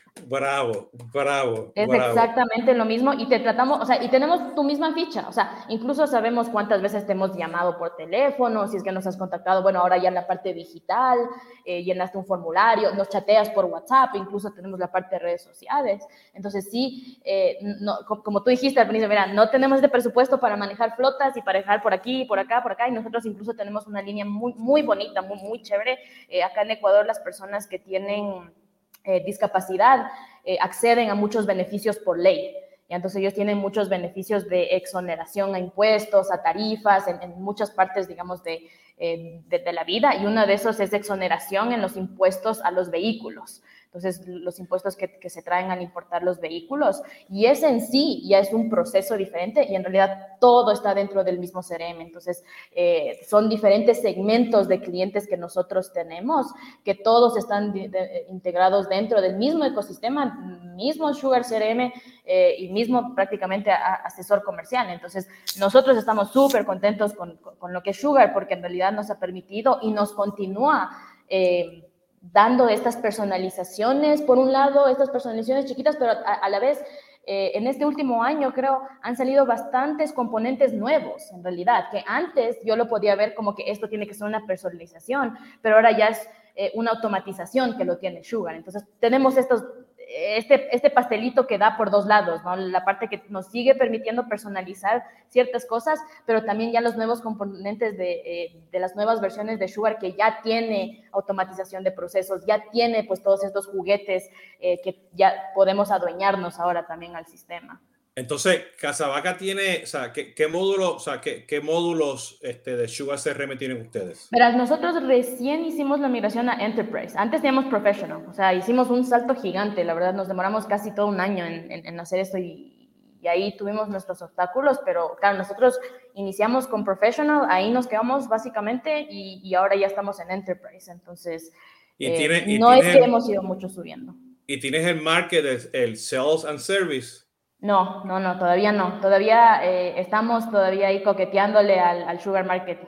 Speaker 1: Bravo, bravo.
Speaker 2: Es
Speaker 1: bravo.
Speaker 2: exactamente lo mismo y te tratamos, o sea, y tenemos tu misma ficha, o sea, incluso sabemos cuántas veces te hemos llamado por teléfono, si es que nos has contactado, bueno, ahora ya en la parte digital, eh, llenaste un formulario, nos chateas por WhatsApp, incluso tenemos la parte de redes sociales. Entonces, sí, eh, no, como tú dijiste al principio, mira, no tenemos este presupuesto para manejar flotas y para dejar por aquí, por acá, por acá, y nosotros incluso tenemos una línea muy, muy bonita, muy, muy chévere. Eh, acá en Ecuador, las personas que tienen eh, discapacidad, Eh, acceden a muchos beneficios por ley. Y entonces ellos tienen muchos beneficios de exoneración a impuestos, a tarifas, en, en muchas partes, digamos, de, eh, de, de la vida. Y uno de esos es exoneración en los impuestos a los vehículos. Entonces, los impuestos que, que se traen al importar los vehículos. Y ese en sí ya es un proceso diferente y en realidad todo está dentro del mismo C R M. Entonces, eh, son diferentes segmentos de clientes que nosotros tenemos, que todos están de, de, integrados dentro del mismo ecosistema, mismo Sugar C R M eh, y mismo prácticamente a, a asesor comercial. Entonces, nosotros estamos súper contentos con, con, con lo que es Sugar porque en realidad nos ha permitido y nos continúa eh, dando estas personalizaciones, por un lado, estas personalizaciones chiquitas, pero a, a la vez, eh, en este último año, creo, han salido bastantes componentes nuevos, en realidad, que antes yo lo podía ver como que esto tiene que ser una personalización, pero ahora ya es eh, una automatización que lo tiene Sugar. Entonces, tenemos estos, este, este pastelito que da por dos lados, ¿no? La parte que nos sigue permitiendo personalizar ciertas cosas, pero también ya los nuevos componentes de, eh, de las nuevas versiones de Sugar que ya tiene automatización de procesos, ya tiene pues todos estos juguetes eh, que ya podemos adueñarnos ahora también al sistema.
Speaker 1: Entonces, Casavaca tiene, o sea, ¿qué, qué módulos, o sea, qué, qué módulos este, de Sugar C R M tienen ustedes?
Speaker 2: Verás, nosotros recién hicimos la migración a Enterprise. Antes teníamos Professional, o sea, hicimos un salto gigante. La verdad, nos demoramos casi todo un año en, en, en hacer esto y, y ahí tuvimos nuestros obstáculos, pero claro, nosotros iniciamos con Professional, ahí nos quedamos básicamente y, y ahora ya estamos en Enterprise. Entonces,
Speaker 1: y tiene,
Speaker 2: eh,
Speaker 1: y
Speaker 2: no es que
Speaker 1: el,
Speaker 2: hemos ido mucho subiendo.
Speaker 1: ¿Y tienes el market, el, el Sales and Service?
Speaker 2: No, no, no, todavía no. Todavía eh, estamos todavía ahí coqueteándole al, al Sugar Market.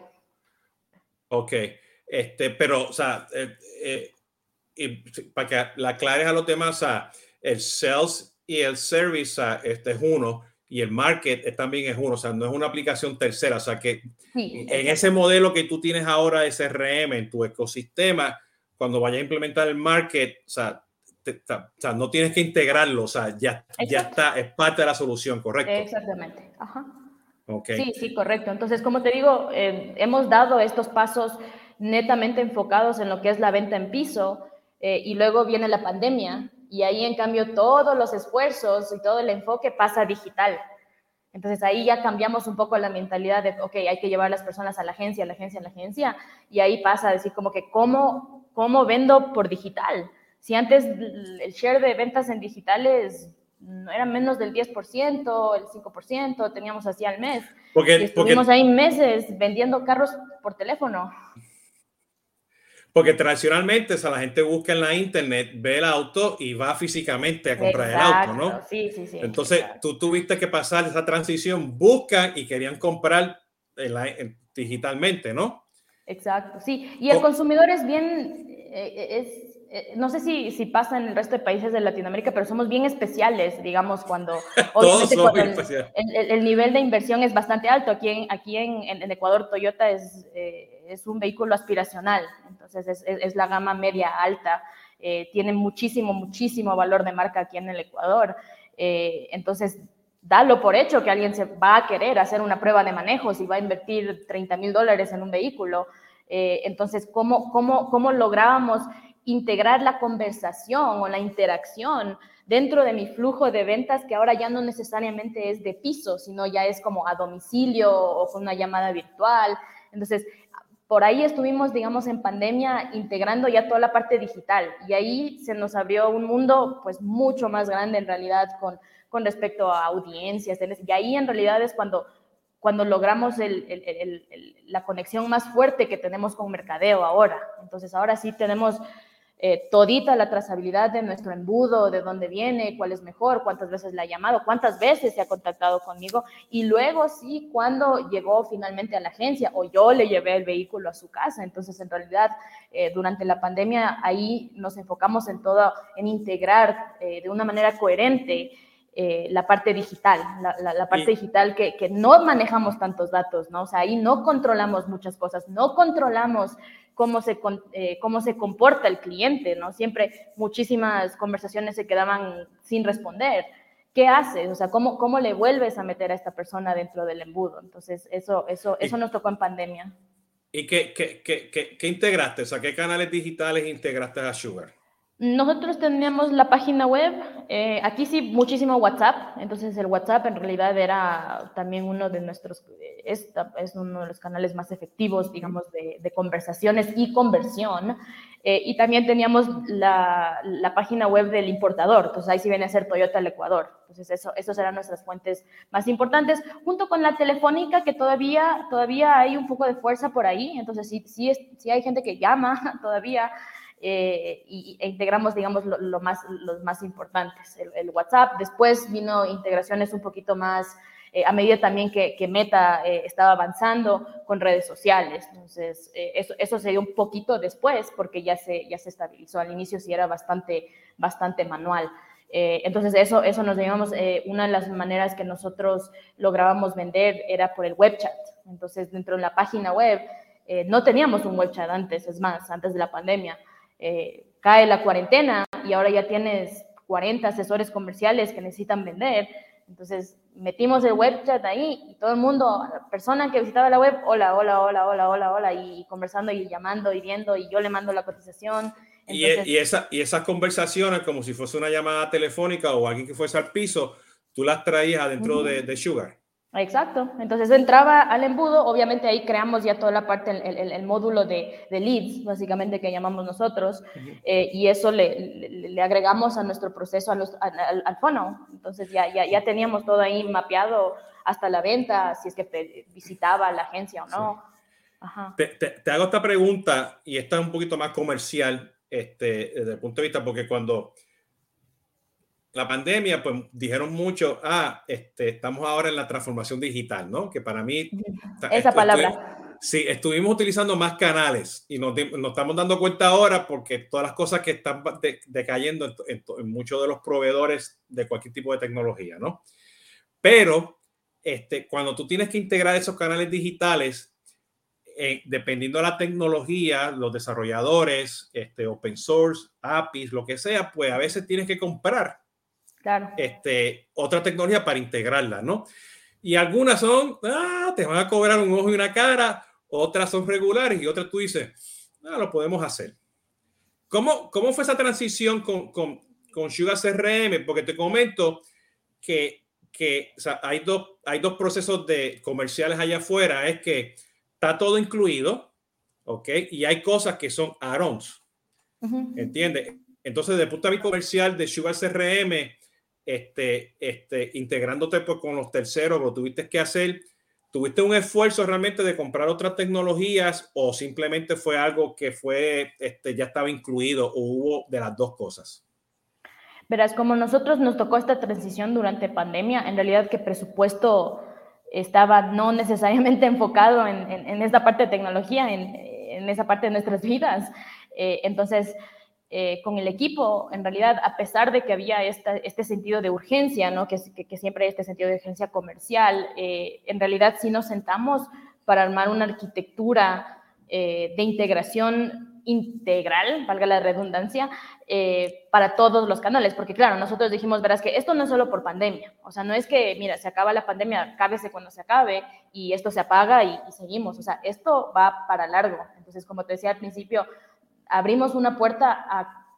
Speaker 1: Ok, este, pero, o sea, eh, eh, y para que la aclares a los demás, o sea, el Sales y el Service, o sea, este es uno, y el Market también es uno, o sea, no es una aplicación tercera, o sea, que sí, en ese modelo que tú tienes ahora de C R M en tu ecosistema, cuando vayas a implementar el Market, o sea, Te, o sea, no tienes que integrarlo, o sea, ya, ya está, es parte de la solución, ¿correcto?
Speaker 2: Exactamente, ajá.
Speaker 1: Okay.
Speaker 2: Sí, sí, correcto. Entonces, como te digo, eh, hemos dado estos pasos netamente enfocados en lo que es la venta en piso eh, y luego viene la pandemia y ahí, en cambio, todos los esfuerzos y todo el enfoque pasa digital. Entonces, ahí ya cambiamos un poco la mentalidad de, ok, hay que llevar a las personas a la agencia, a la agencia, a la agencia, y ahí pasa a decir como que, ¿cómo, cómo vendo por digital? Si antes el share de ventas en digitales no era menos del diez por ciento, el cinco por ciento, teníamos así al mes.
Speaker 1: Porque,
Speaker 2: y estuvimos
Speaker 1: porque,
Speaker 2: ahí meses vendiendo carros por teléfono.
Speaker 1: Porque tradicionalmente, o sea, la gente busca en la internet, ve el auto y va físicamente a comprar
Speaker 2: Exacto,
Speaker 1: el auto, ¿no?
Speaker 2: Sí, sí, sí.
Speaker 1: Entonces,
Speaker 2: exacto.
Speaker 1: tú tuviste que pasar esa transición, buscan y querían comprar en la, en, digitalmente, ¿no?
Speaker 2: Exacto, sí. Y el consumidor es bien, eh, es, eh, no sé si, si pasa en el resto de países de Latinoamérica, pero somos bien especiales, digamos, cuando, obviamente,
Speaker 1: Todos
Speaker 2: cuando el, el, el nivel de inversión es bastante alto. Aquí en, aquí en, en Ecuador, Toyota es, eh, es un vehículo aspiracional, entonces es, es, es la gama media alta. Eh, tiene muchísimo, muchísimo valor de marca aquí en el Ecuador. Eh, entonces, dalo por hecho que alguien se va a querer hacer una prueba de manejo si va a invertir treinta mil dólares en un vehículo. Eh, entonces, ¿cómo, cómo, ¿cómo lográbamos integrar la conversación o la interacción dentro de mi flujo de ventas, que ahora ya no necesariamente es de piso, sino ya es como a domicilio o con una llamada virtual. Entonces, por ahí estuvimos, digamos, en pandemia integrando ya toda la parte digital y ahí se nos abrió un mundo pues mucho más grande en realidad con, con respecto a audiencias. Y ahí en realidad es cuando, cuando logramos el, el, el, el, la conexión más fuerte que tenemos con mercadeo ahora. Entonces ahora sí tenemos eh, todita la trazabilidad de nuestro embudo, de dónde viene, cuál es mejor, cuántas veces le ha llamado, cuántas veces se ha contactado conmigo y luego sí, cuando llegó finalmente a la agencia o yo le llevé el vehículo a su casa. Entonces, en realidad, eh, durante la pandemia ahí nos enfocamos en todo, en integrar eh, de una manera coherente Eh, la parte digital, la, la, la parte y, digital que, que no manejamos tantos datos, ¿no? O sea, ahí no controlamos muchas cosas, no controlamos cómo se, eh, cómo se comporta el cliente, ¿no? Siempre muchísimas conversaciones se quedaban sin responder. ¿Qué haces? O sea, ¿cómo, cómo le vuelves a meter a esta persona dentro del embudo? Entonces, eso, eso, eso y, nos tocó en pandemia.
Speaker 1: ¿Y qué, qué, qué, qué, qué integraste? O sea, ¿qué canales digitales integraste a Sugar?
Speaker 2: Nosotros teníamos la página web, eh, aquí sí muchísimo WhatsApp, entonces el WhatsApp en realidad era también uno de nuestros, es, es uno de los canales más efectivos, digamos, de, de conversaciones y conversión, eh, y también teníamos la, la página web del importador, entonces ahí sí viene a ser Toyota al Ecuador, entonces eso, esos eran nuestras fuentes más importantes, junto con la telefónica que todavía, todavía hay un poco de fuerza por ahí, entonces sí, sí, es, sí hay gente que llama todavía, Eh, y, e integramos, digamos, lo, lo más, los más importantes, el, el WhatsApp. Después vino integraciones un poquito más, eh, a medida también que, que Meta eh, estaba avanzando con redes sociales. Entonces, eh, eso, eso se dio un poquito después porque ya se, ya se estabilizó. Al inicio sí era bastante, bastante manual. Eh, entonces, eso, eso nos llevamos, eh, una de las maneras que nosotros lográbamos vender era por el web chat. Entonces, dentro de la página web, eh, no teníamos un web chat antes, es más, antes de la pandemia. Eh, cae la cuarentena y ahora ya tienes cuarenta asesores comerciales que necesitan vender. Entonces metimos el web chat ahí y todo el mundo, la persona que visitaba la web, hola, hola, hola, hola, hola, hola, y conversando y llamando y viendo y yo le mando la cotización.
Speaker 1: Entonces, y, y, esa, y esas conversaciones, como si fuese una llamada telefónica o alguien que fuese al piso, tú las traías adentro uh-huh. de, de Sugar.
Speaker 2: Exacto, entonces entraba al embudo, obviamente ahí creamos ya toda la parte, el, el, el módulo de, de leads, básicamente que llamamos nosotros, uh-huh. eh, y eso le, le, le agregamos a nuestro proceso, a los, a, al, al funnel, entonces ya, ya, ya teníamos todo ahí mapeado hasta la venta, si es que te visitaba la agencia o no. Sí.
Speaker 1: Ajá. Te, te, te hago esta pregunta, y esta es un poquito más comercial, este, desde el punto de vista, porque cuando la pandemia, pues dijeron mucho, ah, este, estamos ahora en la transformación digital, ¿no? Que para mí...
Speaker 2: Esa palabra.
Speaker 1: Estuve, sí, estuvimos utilizando más canales y nos, nos estamos dando cuenta ahora porque todas las cosas que están de, decayendo en, en, en muchos de los proveedores de cualquier tipo de tecnología, ¿no? Pero este, cuando tú tienes que integrar esos canales digitales, eh, dependiendo de la tecnología, los desarrolladores, este, open source, A P Is, lo que sea, pues a veces tienes que comprar
Speaker 2: claro.
Speaker 1: este, otra tecnología para integrarla, ¿no? Y algunas son, ah, te van a cobrar un ojo y una cara, otras son regulares y otras tú dices, ah, lo podemos hacer. ¿Cómo, cómo fue esa transición con, con, con Sugar C R M? Porque te comento que, que o sea, hay, dos, hay dos procesos de comerciales allá afuera, es que está todo incluido, ¿ok? Y hay cosas que son add-ons, uh-huh. ¿Entiendes? Entonces, desde el punto de vista comercial de Sugar C R M, Este, este, integrándote pues, con los terceros, lo tuviste que hacer, ¿tuviste un esfuerzo realmente de comprar otras tecnologías o simplemente fue algo que fue, este, ya estaba incluido o hubo de las dos cosas?
Speaker 2: Verás, como nosotros nos tocó esta transición durante pandemia, en realidad que presupuesto estaba no necesariamente enfocado en, en, en esta parte de tecnología, en, en esa parte de nuestras vidas. Eh, entonces, Eh, con el equipo, en realidad, a pesar de que había esta, este sentido de urgencia, ¿no? que, que, que siempre hay este sentido de urgencia comercial, eh, en realidad sí nos sentamos para armar una arquitectura eh, de integración integral, valga la redundancia, eh, para todos los canales, porque claro, nosotros dijimos, verás que esto no es solo por pandemia, o sea, no es que, mira, se acaba la pandemia, acábese cuando se acabe y esto se apaga y, y seguimos, o sea, esto va para largo. Entonces, como te decía al principio, abrimos una puerta a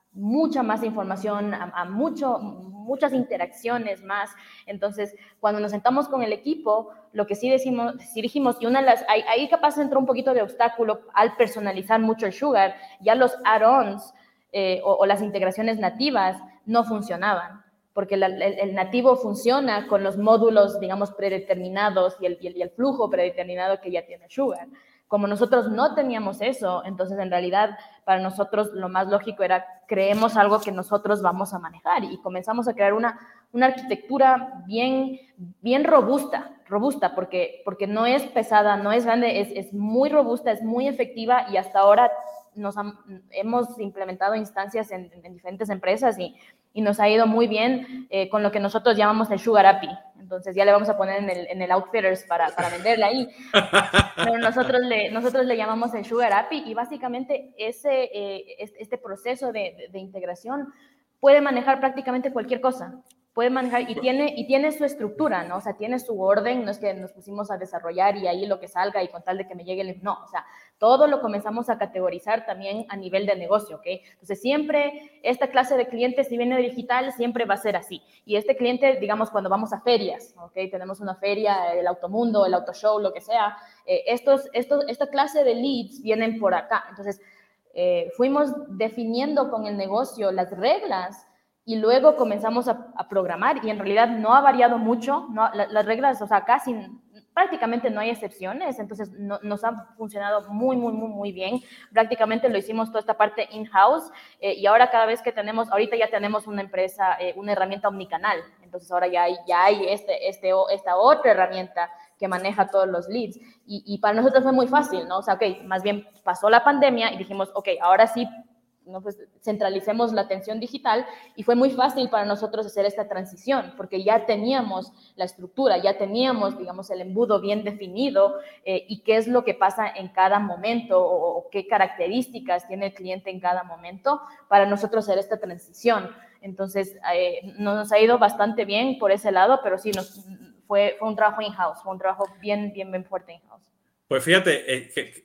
Speaker 2: mucha más información, a, a mucho, muchas interacciones más. Entonces, cuando nos sentamos con el equipo, lo que sí, decimos, sí dijimos, y una de las, ahí, ahí capaz entró un poquito de obstáculo al personalizar mucho el Sugar, ya los add-ons eh, o, o las integraciones nativas no funcionaban, porque la, el, el nativo funciona con los módulos, digamos, predeterminados y el, y el, y el flujo predeterminado que ya tiene Sugar. Como nosotros no teníamos eso, entonces en realidad para nosotros lo más lógico era creemos algo que nosotros vamos a manejar y comenzamos a crear una, una arquitectura bien, bien robusta, robusta porque, porque no es pesada, no es grande, es, es muy robusta, es muy efectiva y hasta ahora nos han, hemos implementado instancias en, en diferentes empresas y, y nos ha ido muy bien eh, con lo que nosotros llamamos el Sugar A P I. Entonces ya le vamos a poner en el, en el Outfitters para, para venderla ahí. Pero nosotros le, nosotros le llamamos el Sugar A P I y básicamente ese, eh, este proceso de, de, de integración puede manejar prácticamente cualquier cosa. Puede manejar y tiene, y tiene su estructura, ¿no? O sea, tiene su orden, no es que nos pusimos a desarrollar y ahí lo que salga y con tal de que me llegue el... No, o sea, todo lo comenzamos a categorizar también a nivel de negocio, ¿ok? Entonces, siempre esta clase de clientes, si viene digital, siempre va a ser así. Y este cliente, digamos, cuando vamos a ferias, ¿ok? Tenemos una feria, el Automundo, el Autoshow, lo que sea, eh, estos, estos, esta clase de leads vienen por acá. Entonces, eh, fuimos definiendo con el negocio las reglas y luego comenzamos a, a programar y en realidad no ha variado mucho, no, la, las reglas, o sea, casi prácticamente no hay excepciones, entonces no, nos ha funcionado muy, muy, muy, muy bien. Prácticamente lo hicimos toda esta parte in-house eh, y ahora cada vez que tenemos, ahorita ya tenemos una empresa, eh, una herramienta omnicanal, entonces ahora ya hay, ya hay este, este, esta otra herramienta que maneja todos los leads y, y para nosotros fue muy fácil, ¿no? O sea, ok, más bien pasó la pandemia y dijimos, ok, ahora sí, ¿no? Pues centralicemos la atención digital y fue muy fácil para nosotros hacer esta transición porque ya teníamos la estructura, ya teníamos, digamos, el embudo bien definido eh, y qué es lo que pasa en cada momento o, o qué características tiene el cliente en cada momento para nosotros hacer esta transición. Entonces, eh, nos ha ido bastante bien por ese lado, pero sí, nos, fue, fue un trabajo in-house, fue un trabajo bien, bien, bien fuerte in-house.
Speaker 1: Pues fíjate, eh, que,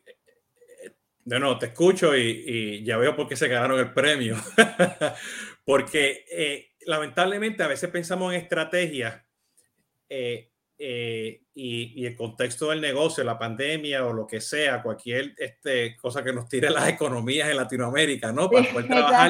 Speaker 1: de nuevo, te escucho y, y ya veo por qué se ganaron el premio. Porque eh, lamentablemente a veces pensamos en estrategias eh, eh, y, y el contexto del negocio, la pandemia o lo que sea, cualquier este, cosa que nos tire las economías en Latinoamérica, ¿no? Para poder trabajar.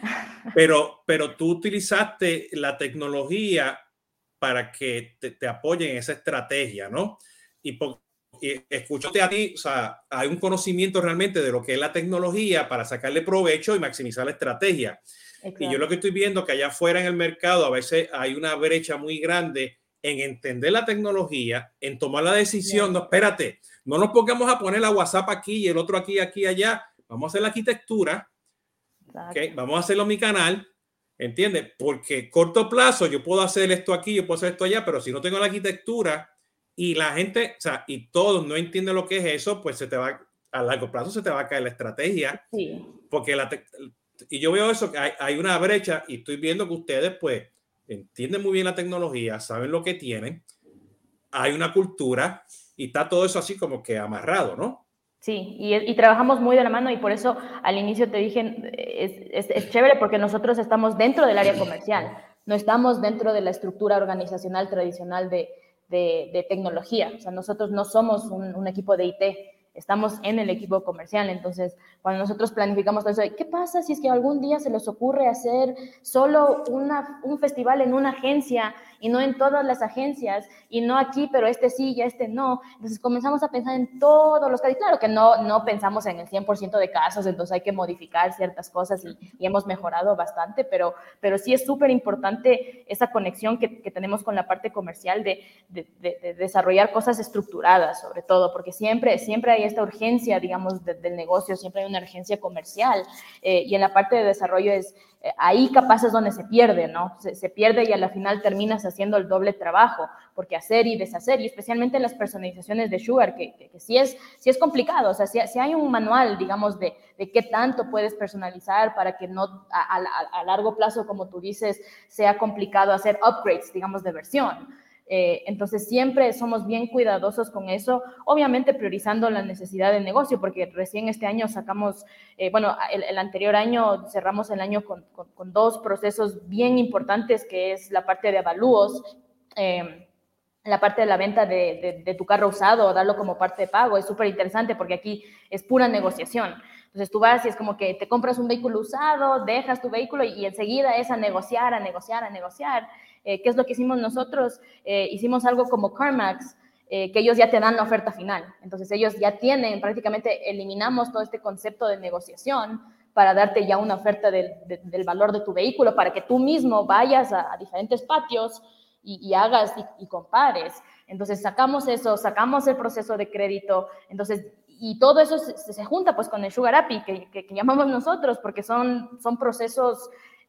Speaker 1: Pero, pero tú utilizaste la tecnología para que te, te apoyen en esa estrategia, ¿no? Y por, y escúchate a ti, o sea, hay un conocimiento realmente de lo que es la tecnología para sacarle provecho y maximizar la estrategia. Exacto. Y yo lo que estoy viendo que allá afuera en el mercado a veces hay una brecha muy grande en entender la tecnología, en tomar la decisión. Bien. No, espérate, no nos pongamos a poner la WhatsApp aquí y el otro aquí, aquí, allá. Vamos a hacer la arquitectura. Okay, vamos a hacerlo en mi canal. ¿Entiendes? Porque corto plazo yo puedo hacer esto aquí, yo puedo hacer esto allá, pero si no tengo la arquitectura y la gente, o sea, y todos no entienden lo que es eso, pues se te va, a largo plazo se te va a caer la estrategia. Sí. Porque la te, y yo veo eso, que hay, hay una brecha y estoy viendo que ustedes pues entienden muy bien la tecnología, saben lo que tienen, hay una cultura y está todo eso así como que amarrado, ¿no?
Speaker 2: Sí, y, y trabajamos muy de la mano y por eso al inicio te dije, es, es, es chévere porque nosotros estamos dentro del área comercial, no estamos dentro de la estructura organizacional tradicional de, de, de tecnología, o sea, nosotros no somos un, un equipo de I T, estamos en el equipo comercial, entonces cuando nosotros planificamos todo eso, ¿qué pasa si es que algún día se les ocurre hacer solo una, un festival en una agencia y no en todas las agencias y no aquí, pero este sí y este no? Entonces comenzamos a pensar en todos los casos, y claro que no, no pensamos en el cien por ciento de casos, entonces hay que modificar ciertas cosas y, y hemos mejorado bastante, pero, pero sí es súper importante esa conexión que, que tenemos con la parte comercial de, de, de, de desarrollar cosas estructuradas sobre todo, porque siempre, siempre hay esta urgencia, digamos, de, del negocio, siempre hay una urgencia comercial eh, y en la parte de desarrollo es eh, ahí capaz es donde se pierde, ¿no? Se, se pierde y a la final terminas haciendo el doble trabajo, porque hacer y deshacer, y especialmente las personalizaciones de Sugar, que, que, que sí, es, sí es complicado, o sea, si, si hay un manual, digamos, de, de qué tanto puedes personalizar para que no a, a, a largo plazo, como tú dices, sea complicado hacer upgrades, digamos, de versión. Eh, entonces, siempre somos bien cuidadosos con eso, obviamente priorizando la necesidad de negocio, porque recién este año sacamos, eh, bueno, el, el anterior año cerramos el año con, con, con dos procesos bien importantes, que es la parte de avalúos, eh, la parte de la venta de, de, de tu carro usado o darlo como parte de pago. Es súper interesante porque aquí es pura negociación. Entonces tú vas y es como que te compras un vehículo usado, dejas tu vehículo y, y enseguida es a negociar, a negociar, a negociar. Eh, ¿Qué es lo que hicimos nosotros? Eh, hicimos algo como CarMax, eh, que ellos ya te dan la oferta final. Entonces ellos ya tienen, prácticamente eliminamos todo este concepto de negociación para darte ya una oferta del, de, del valor de tu vehículo, para que tú mismo vayas a, a diferentes patios y, y hagas y, y compares. Entonces sacamos eso, sacamos el proceso de crédito, entonces, y todo eso se, se junta pues con el Sugar A P I que, que, que llamamos nosotros, porque son, son procesos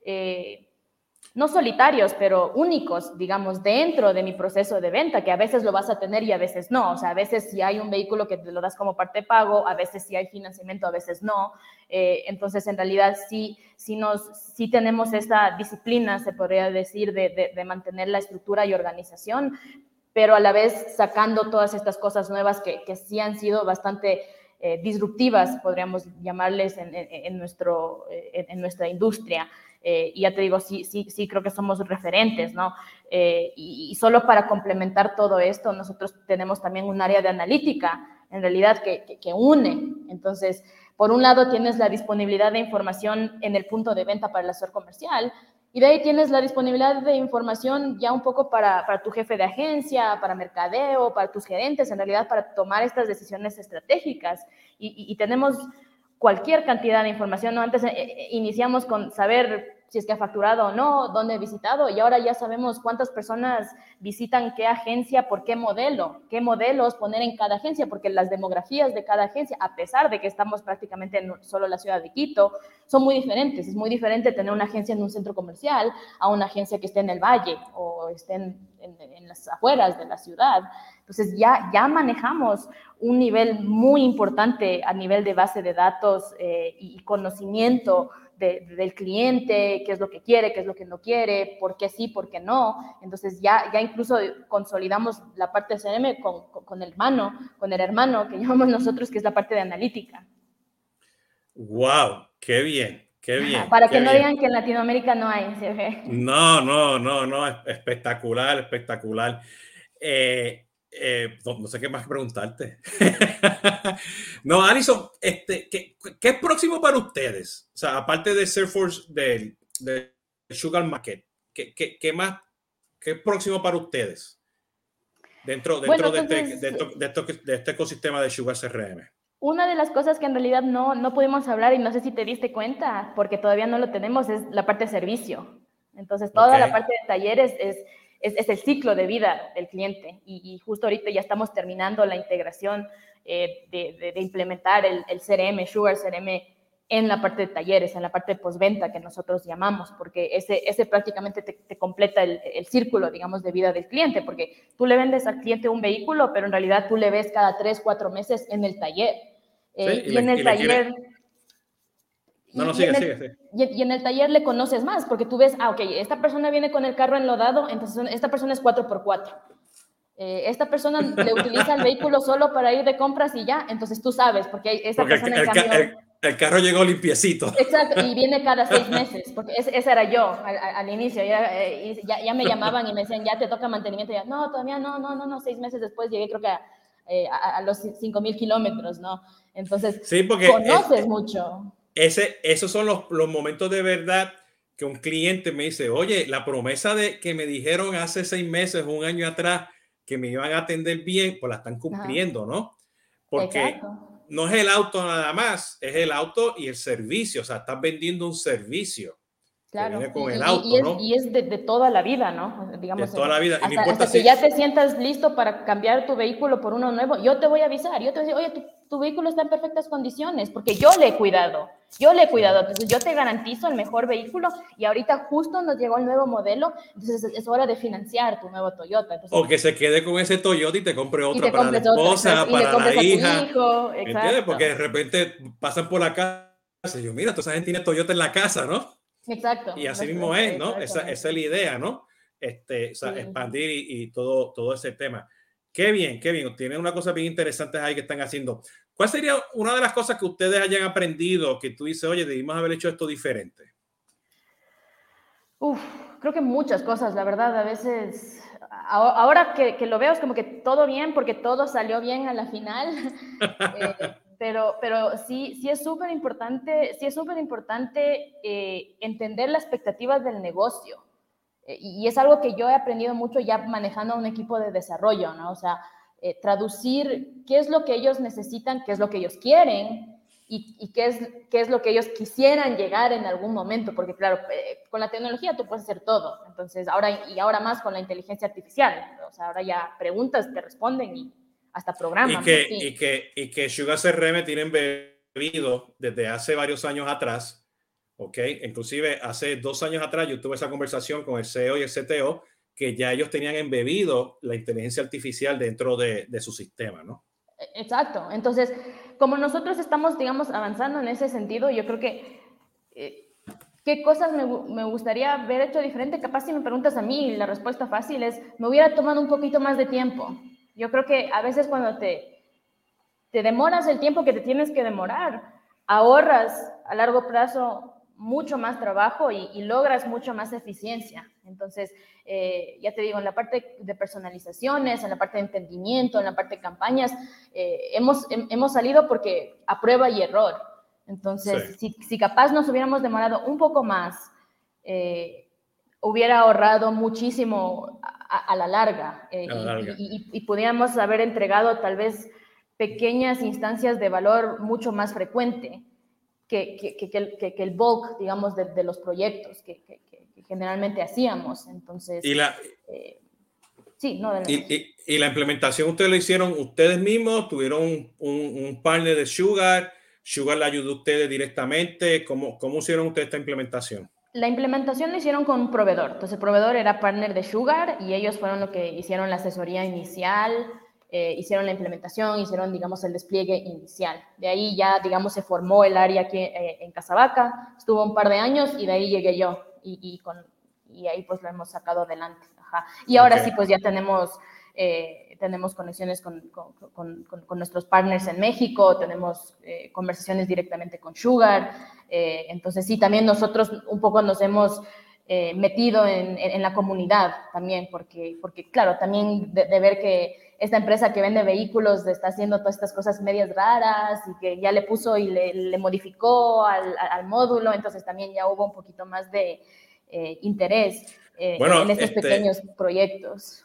Speaker 2: eh, no solitarios, pero únicos, digamos, dentro de mi proceso de venta, que a veces lo vas a tener y a veces no. O sea, a veces si hay un vehículo que te lo das como parte de pago, a veces si hay financiamiento, a veces no. Eh, entonces, en realidad, sí, sí, nos, sí tenemos esta disciplina, se podría decir, de, de, de mantener la estructura y organización, pero a la vez sacando todas estas cosas nuevas que, que sí han sido bastante eh, disruptivas, podríamos llamarles, en, en, en, nuestro, en, en nuestra industria. Eh, y ya te digo, sí, sí, sí creo que somos referentes, ¿no? Eh, y, y solo para complementar todo esto, nosotros tenemos también un área de analítica, en realidad, que, que, que une. Entonces, por un lado tienes la disponibilidad de información en el punto de venta para el asesor comercial, y de ahí tienes la disponibilidad de información ya un poco para, para tu jefe de agencia, para mercadeo, para tus gerentes, en realidad, para tomar estas decisiones estratégicas. Y, y, y tenemos cualquier cantidad de información, ¿no? Antes eh, iniciamos con saber si es que ha facturado o no, dónde ha visitado, y ahora ya sabemos cuántas personas visitan qué agencia, por qué modelo, qué modelos poner en cada agencia, porque las demografías de cada agencia, a pesar de que estamos prácticamente en solo la ciudad de Quito, son muy diferentes. Es muy diferente tener una agencia en un centro comercial a una agencia que esté en el valle o esté en, en, en las afueras de la ciudad. Entonces ya, ya manejamos un nivel muy importante a nivel de base de datos eh, y conocimiento de, de, del cliente, qué es lo que quiere, qué es lo que no quiere, por qué sí, por qué no. Entonces ya, ya incluso consolidamos la parte de C R M con, con, con el hermano, con el hermano que llamamos nosotros, que es la parte de analítica.
Speaker 1: ¡Wow! ¡Qué bien! ¡Qué bien!
Speaker 2: Para
Speaker 1: qué
Speaker 2: que no
Speaker 1: bien.
Speaker 2: digan que en Latinoamérica no hay. ¿Sí?
Speaker 1: No, no, no, no, espectacular, espectacular. Eh, eh, no, no sé qué más preguntarte. No, Alison, este, ¿qué, ¿qué es próximo para ustedes? O sea, aparte de Salesforce, de, de Sugar Market, ¿qué, qué, qué más, qué es próximo para ustedes dentro, dentro,
Speaker 2: Bueno,
Speaker 1: de,
Speaker 2: entonces,
Speaker 1: este, de, de, esto, de este ecosistema de Sugar C R M?
Speaker 2: Una de las cosas que en realidad no, no pudimos hablar, y no sé si te diste cuenta, porque todavía no lo tenemos, es la parte de servicio. Entonces, toda
Speaker 1: Okay.
Speaker 2: la parte de talleres es, es, es el ciclo de vida del cliente. Y, y justo ahorita ya estamos terminando la integración eh, de, de, de implementar el, el C R M, Sugar C R M, en la parte de talleres, en la parte de postventa que nosotros llamamos, porque ese, ese prácticamente te, te completa el, el círculo, digamos, de vida del cliente, porque tú le vendes al cliente un vehículo, pero en realidad tú le ves cada tres, cuatro meses en el taller. Eh,
Speaker 1: Sí, y,
Speaker 2: y
Speaker 1: le,
Speaker 2: en el
Speaker 1: y le
Speaker 2: taller...
Speaker 1: quiere... No,
Speaker 2: Y,
Speaker 1: no,
Speaker 2: y,
Speaker 1: sigue,
Speaker 2: en
Speaker 1: sigue,
Speaker 2: el,
Speaker 1: sigue.
Speaker 2: y, y en el taller le conoces más, porque tú ves, ah, ok, esta persona viene con el carro enlodado, entonces esta persona es cuatro por cuatro. Eh, esta persona le utiliza el vehículo solo para ir de compras y ya, entonces tú sabes, porque esta
Speaker 1: Porque
Speaker 2: persona
Speaker 1: el,
Speaker 2: en
Speaker 1: el,
Speaker 2: cambio...
Speaker 1: el, el carro llegó limpiecito.
Speaker 2: Exacto, y viene cada seis meses, porque ese, ese era yo al, al inicio, ya, eh, ya, ya me llamaban y me decían, ya te toca mantenimiento, y ya, no, todavía no, no, no, no, seis meses después llegué creo que a, eh, a, a los cinco mil kilómetros, ¿no? Entonces,
Speaker 1: Sí, porque es,
Speaker 2: conoces mucho.
Speaker 1: Ese, esos son los, los momentos de verdad que un cliente me dice, oye, la promesa de que me dijeron hace seis meses, un año atrás, que me iban a atender bien, pues la están cumpliendo,
Speaker 2: Ajá.
Speaker 1: ¿no? Porque
Speaker 2: Exacto.
Speaker 1: no es el auto nada más, es el auto y el servicio, o sea, estás vendiendo un servicio que
Speaker 2: Claro,
Speaker 1: viene
Speaker 2: y,
Speaker 1: con el
Speaker 2: y, y
Speaker 1: auto,
Speaker 2: es,
Speaker 1: ¿no?
Speaker 2: y es de, de, toda la vida, ¿no?
Speaker 1: De
Speaker 2: Digamos,
Speaker 1: toda
Speaker 2: eh,
Speaker 1: la vida. Y no
Speaker 2: hasta,
Speaker 1: importa
Speaker 2: hasta que
Speaker 1: si...
Speaker 2: ya te sientas listo para cambiar tu vehículo por uno nuevo, yo te voy a avisar, yo te voy a decir, oye, tu, tu vehículo está en perfectas condiciones, porque yo le he cuidado, yo le he cuidado, entonces yo te garantizo el mejor vehículo, y ahorita justo nos llegó el nuevo modelo, entonces es, es hora de financiar tu nuevo Toyota. Entonces,
Speaker 1: o que se quede con ese Toyota y te compre
Speaker 2: y
Speaker 1: otra
Speaker 2: te
Speaker 1: para la
Speaker 2: compres otra,
Speaker 1: esposa,
Speaker 2: exacto, y le
Speaker 1: para la
Speaker 2: compres a tu
Speaker 1: hija,
Speaker 2: hijo,
Speaker 1: ¿me entiendes? Porque de
Speaker 2: exacto.
Speaker 1: repente pasan por la casa y yo, mira, toda esa gente tiene Toyota en la casa, ¿no?
Speaker 2: Exacto,
Speaker 1: Y así
Speaker 2: no,
Speaker 1: mismo es, ¿no? Esa, esa es
Speaker 2: exactamente.
Speaker 1: la idea, ¿no? este, o sea,
Speaker 2: Sí.
Speaker 1: expandir y, y todo, todo ese tema. Qué bien, qué bien. Tienen una cosa bien interesante ahí que están haciendo. ¿Cuál sería una de las cosas que ustedes hayan aprendido que tú dices, oye, debimos haber hecho esto diferente?
Speaker 2: Uf, creo que muchas cosas, la verdad, a veces, ahora que, que lo veo es como que todo bien, porque todo salió bien a la final, eh, pero, pero sí, sí es súper importante, sí es súper importante eh, entender las expectativas del negocio. Eh, y es algo que yo he aprendido mucho ya manejando a un equipo de desarrollo, ¿no? O sea, eh, traducir qué es lo que ellos necesitan, qué es lo que ellos quieren, y, y qué, es, qué es lo que ellos quisieran llegar en algún momento, porque claro, eh, con la tecnología tú puedes hacer todo, entonces ahora y ahora más con la inteligencia artificial, o sea, ahora ya preguntas, te responden y hasta
Speaker 1: Y
Speaker 2: programan por
Speaker 1: que,
Speaker 2: ti.
Speaker 1: y que, y que Sugar C R M tienen bebido desde hace varios años atrás, ¿ok? Inclusive hace dos años atrás yo tuve esa conversación con el C E O y el C T O, que ya ellos tenían embebido la inteligencia artificial dentro de, de su sistema, ¿no?
Speaker 2: Exacto. Entonces, como nosotros estamos, digamos, avanzando en ese sentido, yo creo que eh, qué cosas me, me, gustaría haber hecho diferente. Capaz si me preguntas a mí, la respuesta fácil es, me hubiera tomado un poquito más de tiempo. Yo creo que a veces cuando te, te demoras el tiempo que te tienes que demorar, ahorras a largo plazo mucho más trabajo y, y logras mucho más eficiencia. Entonces, eh, ya te digo, en la parte de personalizaciones, en la parte de entendimiento, en la parte de campañas, eh, hemos, he, hemos salido porque a prueba y error. Entonces, sí. si, si capaz nos hubiéramos demorado un poco más, eh, hubiera ahorrado muchísimo a, a la larga, eh,
Speaker 1: a la larga.
Speaker 2: Y, y, y, y pudiéramos haber entregado tal vez pequeñas instancias de valor mucho más frecuente que, que, que, que, que el bulk, digamos, de, de los proyectos que, que, que generalmente hacíamos. Entonces,
Speaker 1: y la,
Speaker 2: eh, sí, no de
Speaker 1: y, y, y la implementación ustedes lo hicieron ustedes mismos, tuvieron un, un, un partner de Sugar, Sugar le ayudó a ustedes directamente. ¿Cómo, cómo hicieron ustedes esta implementación?
Speaker 2: La implementación la hicieron con un proveedor. Entonces, el proveedor era partner de Sugar y ellos fueron los que hicieron la asesoría inicial, eh, hicieron la implementación, hicieron, digamos, el despliegue inicial. De ahí ya, digamos, se formó el área aquí eh, en Casablanca, estuvo un par de años y de ahí llegué yo y, y, con, y ahí pues lo hemos sacado adelante. Ajá. Y ahora okay. sí, pues ya tenemos... Eh, tenemos conexiones con, con, con, con, nuestros partners en México, tenemos eh, conversaciones directamente con Sugar, eh, entonces sí, también nosotros un poco nos hemos eh, metido en, en, en la comunidad también, porque, porque claro, también de, de ver que esta empresa que vende vehículos está haciendo todas estas cosas medias raras y que ya le puso y le, le modificó al, al módulo, entonces también ya hubo un poquito más de eh, interés eh, bueno, en, en estos este... pequeños proyectos.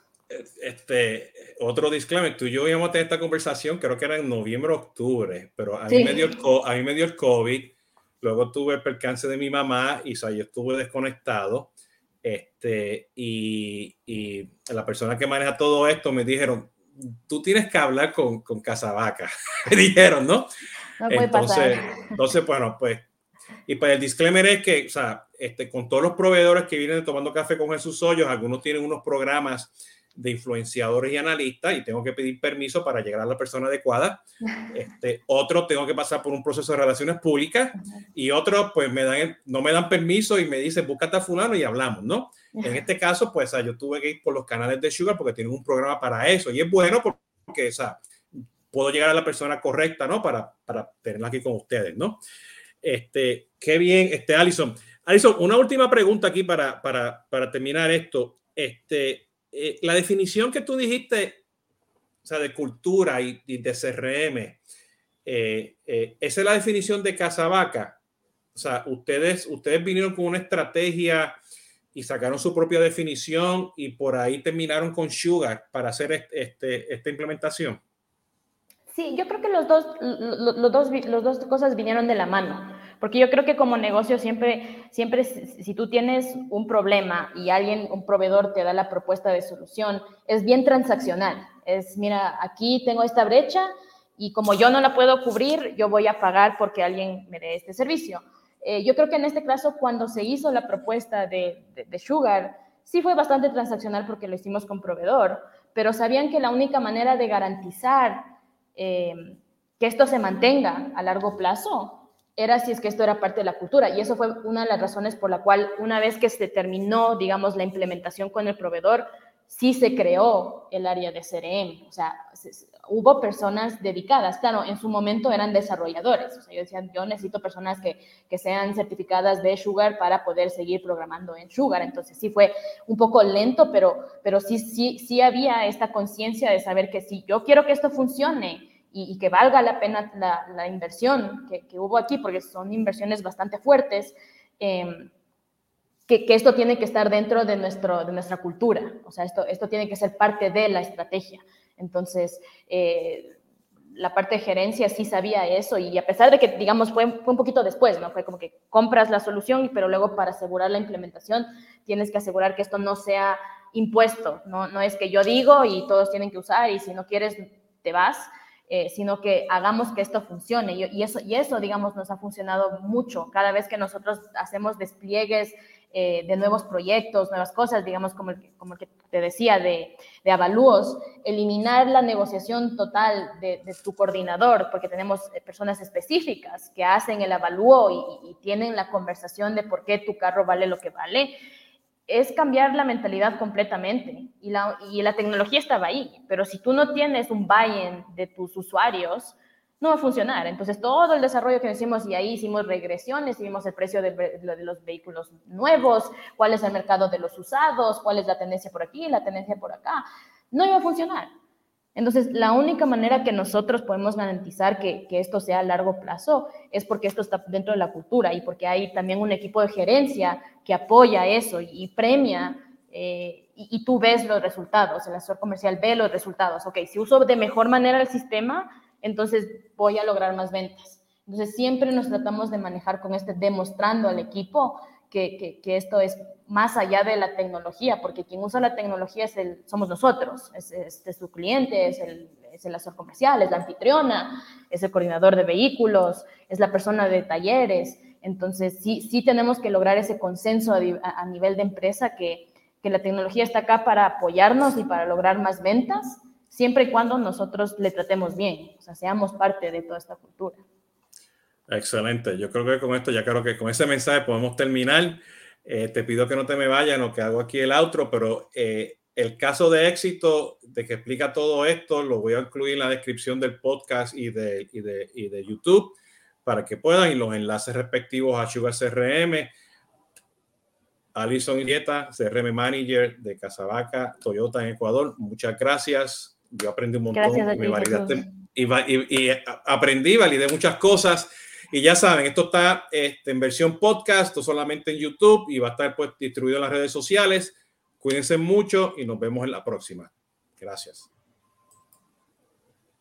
Speaker 1: Este, otro disclaimer, tú y yo íbamos a tener esta conversación, creo que era en noviembre o octubre, pero a mí, sí. me dio el, a mí me dio el COVID, luego tuve el percance de mi mamá y o sea, yo estuve desconectado, este, y, y la persona que maneja todo esto me dijeron, tú tienes que hablar con, con Casablanca, me dijeron, ¿no?
Speaker 2: No puede
Speaker 1: entonces,
Speaker 2: pasar.
Speaker 1: entonces, bueno, pues, y pues el disclaimer es que, o sea, este, con todos los proveedores que vienen tomando café con Jesús Hoyos, algunos tienen unos programas de influenciadores y analistas y tengo que pedir permiso para llegar a la persona adecuada. Este, otro tengo que pasar por un proceso de relaciones públicas y otros pues me dan, no me dan permiso y me dicen búscate a fulano y hablamos, ¿no? En este caso pues o sea, yo tuve que ir por los canales de Sugar porque tienen un programa para eso y es bueno porque o sea, puedo llegar a la persona correcta, ¿no? Para, para tenerla aquí con ustedes, ¿no? Este, qué bien, este, Alison. Alison, una última pregunta aquí para, para, para terminar esto. Este, Eh, la definición que tú dijiste, o sea, de cultura y, y de C R M, eh, eh, esa es la definición de Casablanca. O sea, ustedes, ustedes vinieron con una estrategia y sacaron su propia definición y por ahí terminaron con Sugar para hacer este, este, esta implementación.
Speaker 2: Sí, yo creo que los dos, los, los dos, los dos cosas vinieron de la mano. Porque yo creo que como negocio siempre, siempre si tú tienes un problema y alguien, un proveedor te da la propuesta de solución, es bien transaccional. Es, mira, aquí tengo esta brecha y como yo no la puedo cubrir, yo voy a pagar porque alguien me dé este servicio. Eh, yo creo que en este caso, cuando se hizo la propuesta de, de, de Sugar, sí fue bastante transaccional porque lo hicimos con proveedor, pero sabían que la única manera de garantizar eh, que esto se mantenga a largo plazo era si es que esto era parte de la cultura. Y eso fue una de las razones por la cual, una vez que se terminó, digamos, la implementación con el proveedor, sí se creó el área de C R M. O sea, se, se, hubo personas dedicadas. Claro, en su momento eran desarrolladores. O sea, yo decía, yo necesito personas que, que sean certificadas de Sugar para poder seguir programando en Sugar. Entonces, sí fue un poco lento, pero, pero sí, sí, sí había esta conciencia de saber que si yo quiero que esto funcione, Y, y que valga la pena la, la inversión que, que hubo aquí, porque son inversiones bastante fuertes, eh, que, que esto tiene que estar dentro de, nuestro, de nuestra cultura. O sea, esto, esto tiene que ser parte de la estrategia. Entonces, eh, la parte de gerencia sí sabía eso, y a pesar de que, digamos, fue, fue un poquito después, ¿no? Fue como que compras la solución, pero luego para asegurar la implementación tienes que asegurar que esto no sea impuesto, no, no es que yo digo y todos tienen que usar, y si no quieres te vas. Eh, sino que hagamos que esto funcione. Y, y, eso, y eso, digamos, nos ha funcionado mucho. Cada vez que nosotros hacemos despliegues eh, de nuevos proyectos, nuevas cosas, digamos, como el, como el que te decía, de, de avalúos, eliminar la negociación total de, de tu coordinador, porque tenemos personas específicas que hacen el avalúo y, y tienen la conversación de por qué tu carro vale lo que vale, es cambiar la mentalidad completamente. Y la, y la tecnología estaba ahí, pero si tú no tienes un buy-in de tus usuarios, no va a funcionar. Entonces, todo el desarrollo que hicimos, y ahí hicimos regresiones, vimos el precio de, de los vehículos nuevos, cuál es el mercado de los usados, cuál es la tendencia por aquí, la tendencia por acá, no iba a funcionar. Entonces, la única manera que nosotros podemos garantizar que, que esto sea a largo plazo es porque esto está dentro de la cultura, y porque hay también un equipo de gerencia que apoya eso y, y premia, eh, y, y tú ves los resultados, el asesor comercial ve los resultados. Ok, si uso de mejor manera el sistema, entonces voy a lograr más ventas. Entonces, siempre nos tratamos de manejar con este, demostrando al equipo que, que, que esto es más allá de la tecnología, porque quien usa la tecnología es el, somos nosotros, es, es, es su cliente, es el, es el asesor comercial, es la anfitriona, es el coordinador de vehículos, es la persona de talleres. Entonces, sí, sí tenemos que lograr ese consenso a, a, a nivel de empresa, que, que la tecnología está acá para apoyarnos y para lograr más ventas, siempre y cuando nosotros le tratemos bien, o sea, seamos parte de toda esta cultura.
Speaker 1: Excelente. Yo creo que con esto, ya creo que con ese mensaje podemos terminar. Eh, te pido que no te me vayas, no que hago aquí el outro, pero eh, el caso de éxito de que explica todo esto lo voy a incluir en la descripción del podcast y de, y de, y de YouTube, para que puedan, y los enlaces respectivos a Sugar C R M. Alison Irieta, C R M Manager de Casavaca Toyota en Ecuador. Muchas gracias. Yo aprendí un montón.
Speaker 2: Gracias a ti,
Speaker 1: y me validaste, y,
Speaker 2: y,
Speaker 1: y, y aprendí, validé muchas cosas. Y ya saben, esto está este, en versión podcast, esto solamente en YouTube, y va a estar pues distribuido en las redes sociales. Cuídense mucho y nos vemos en la próxima. Gracias.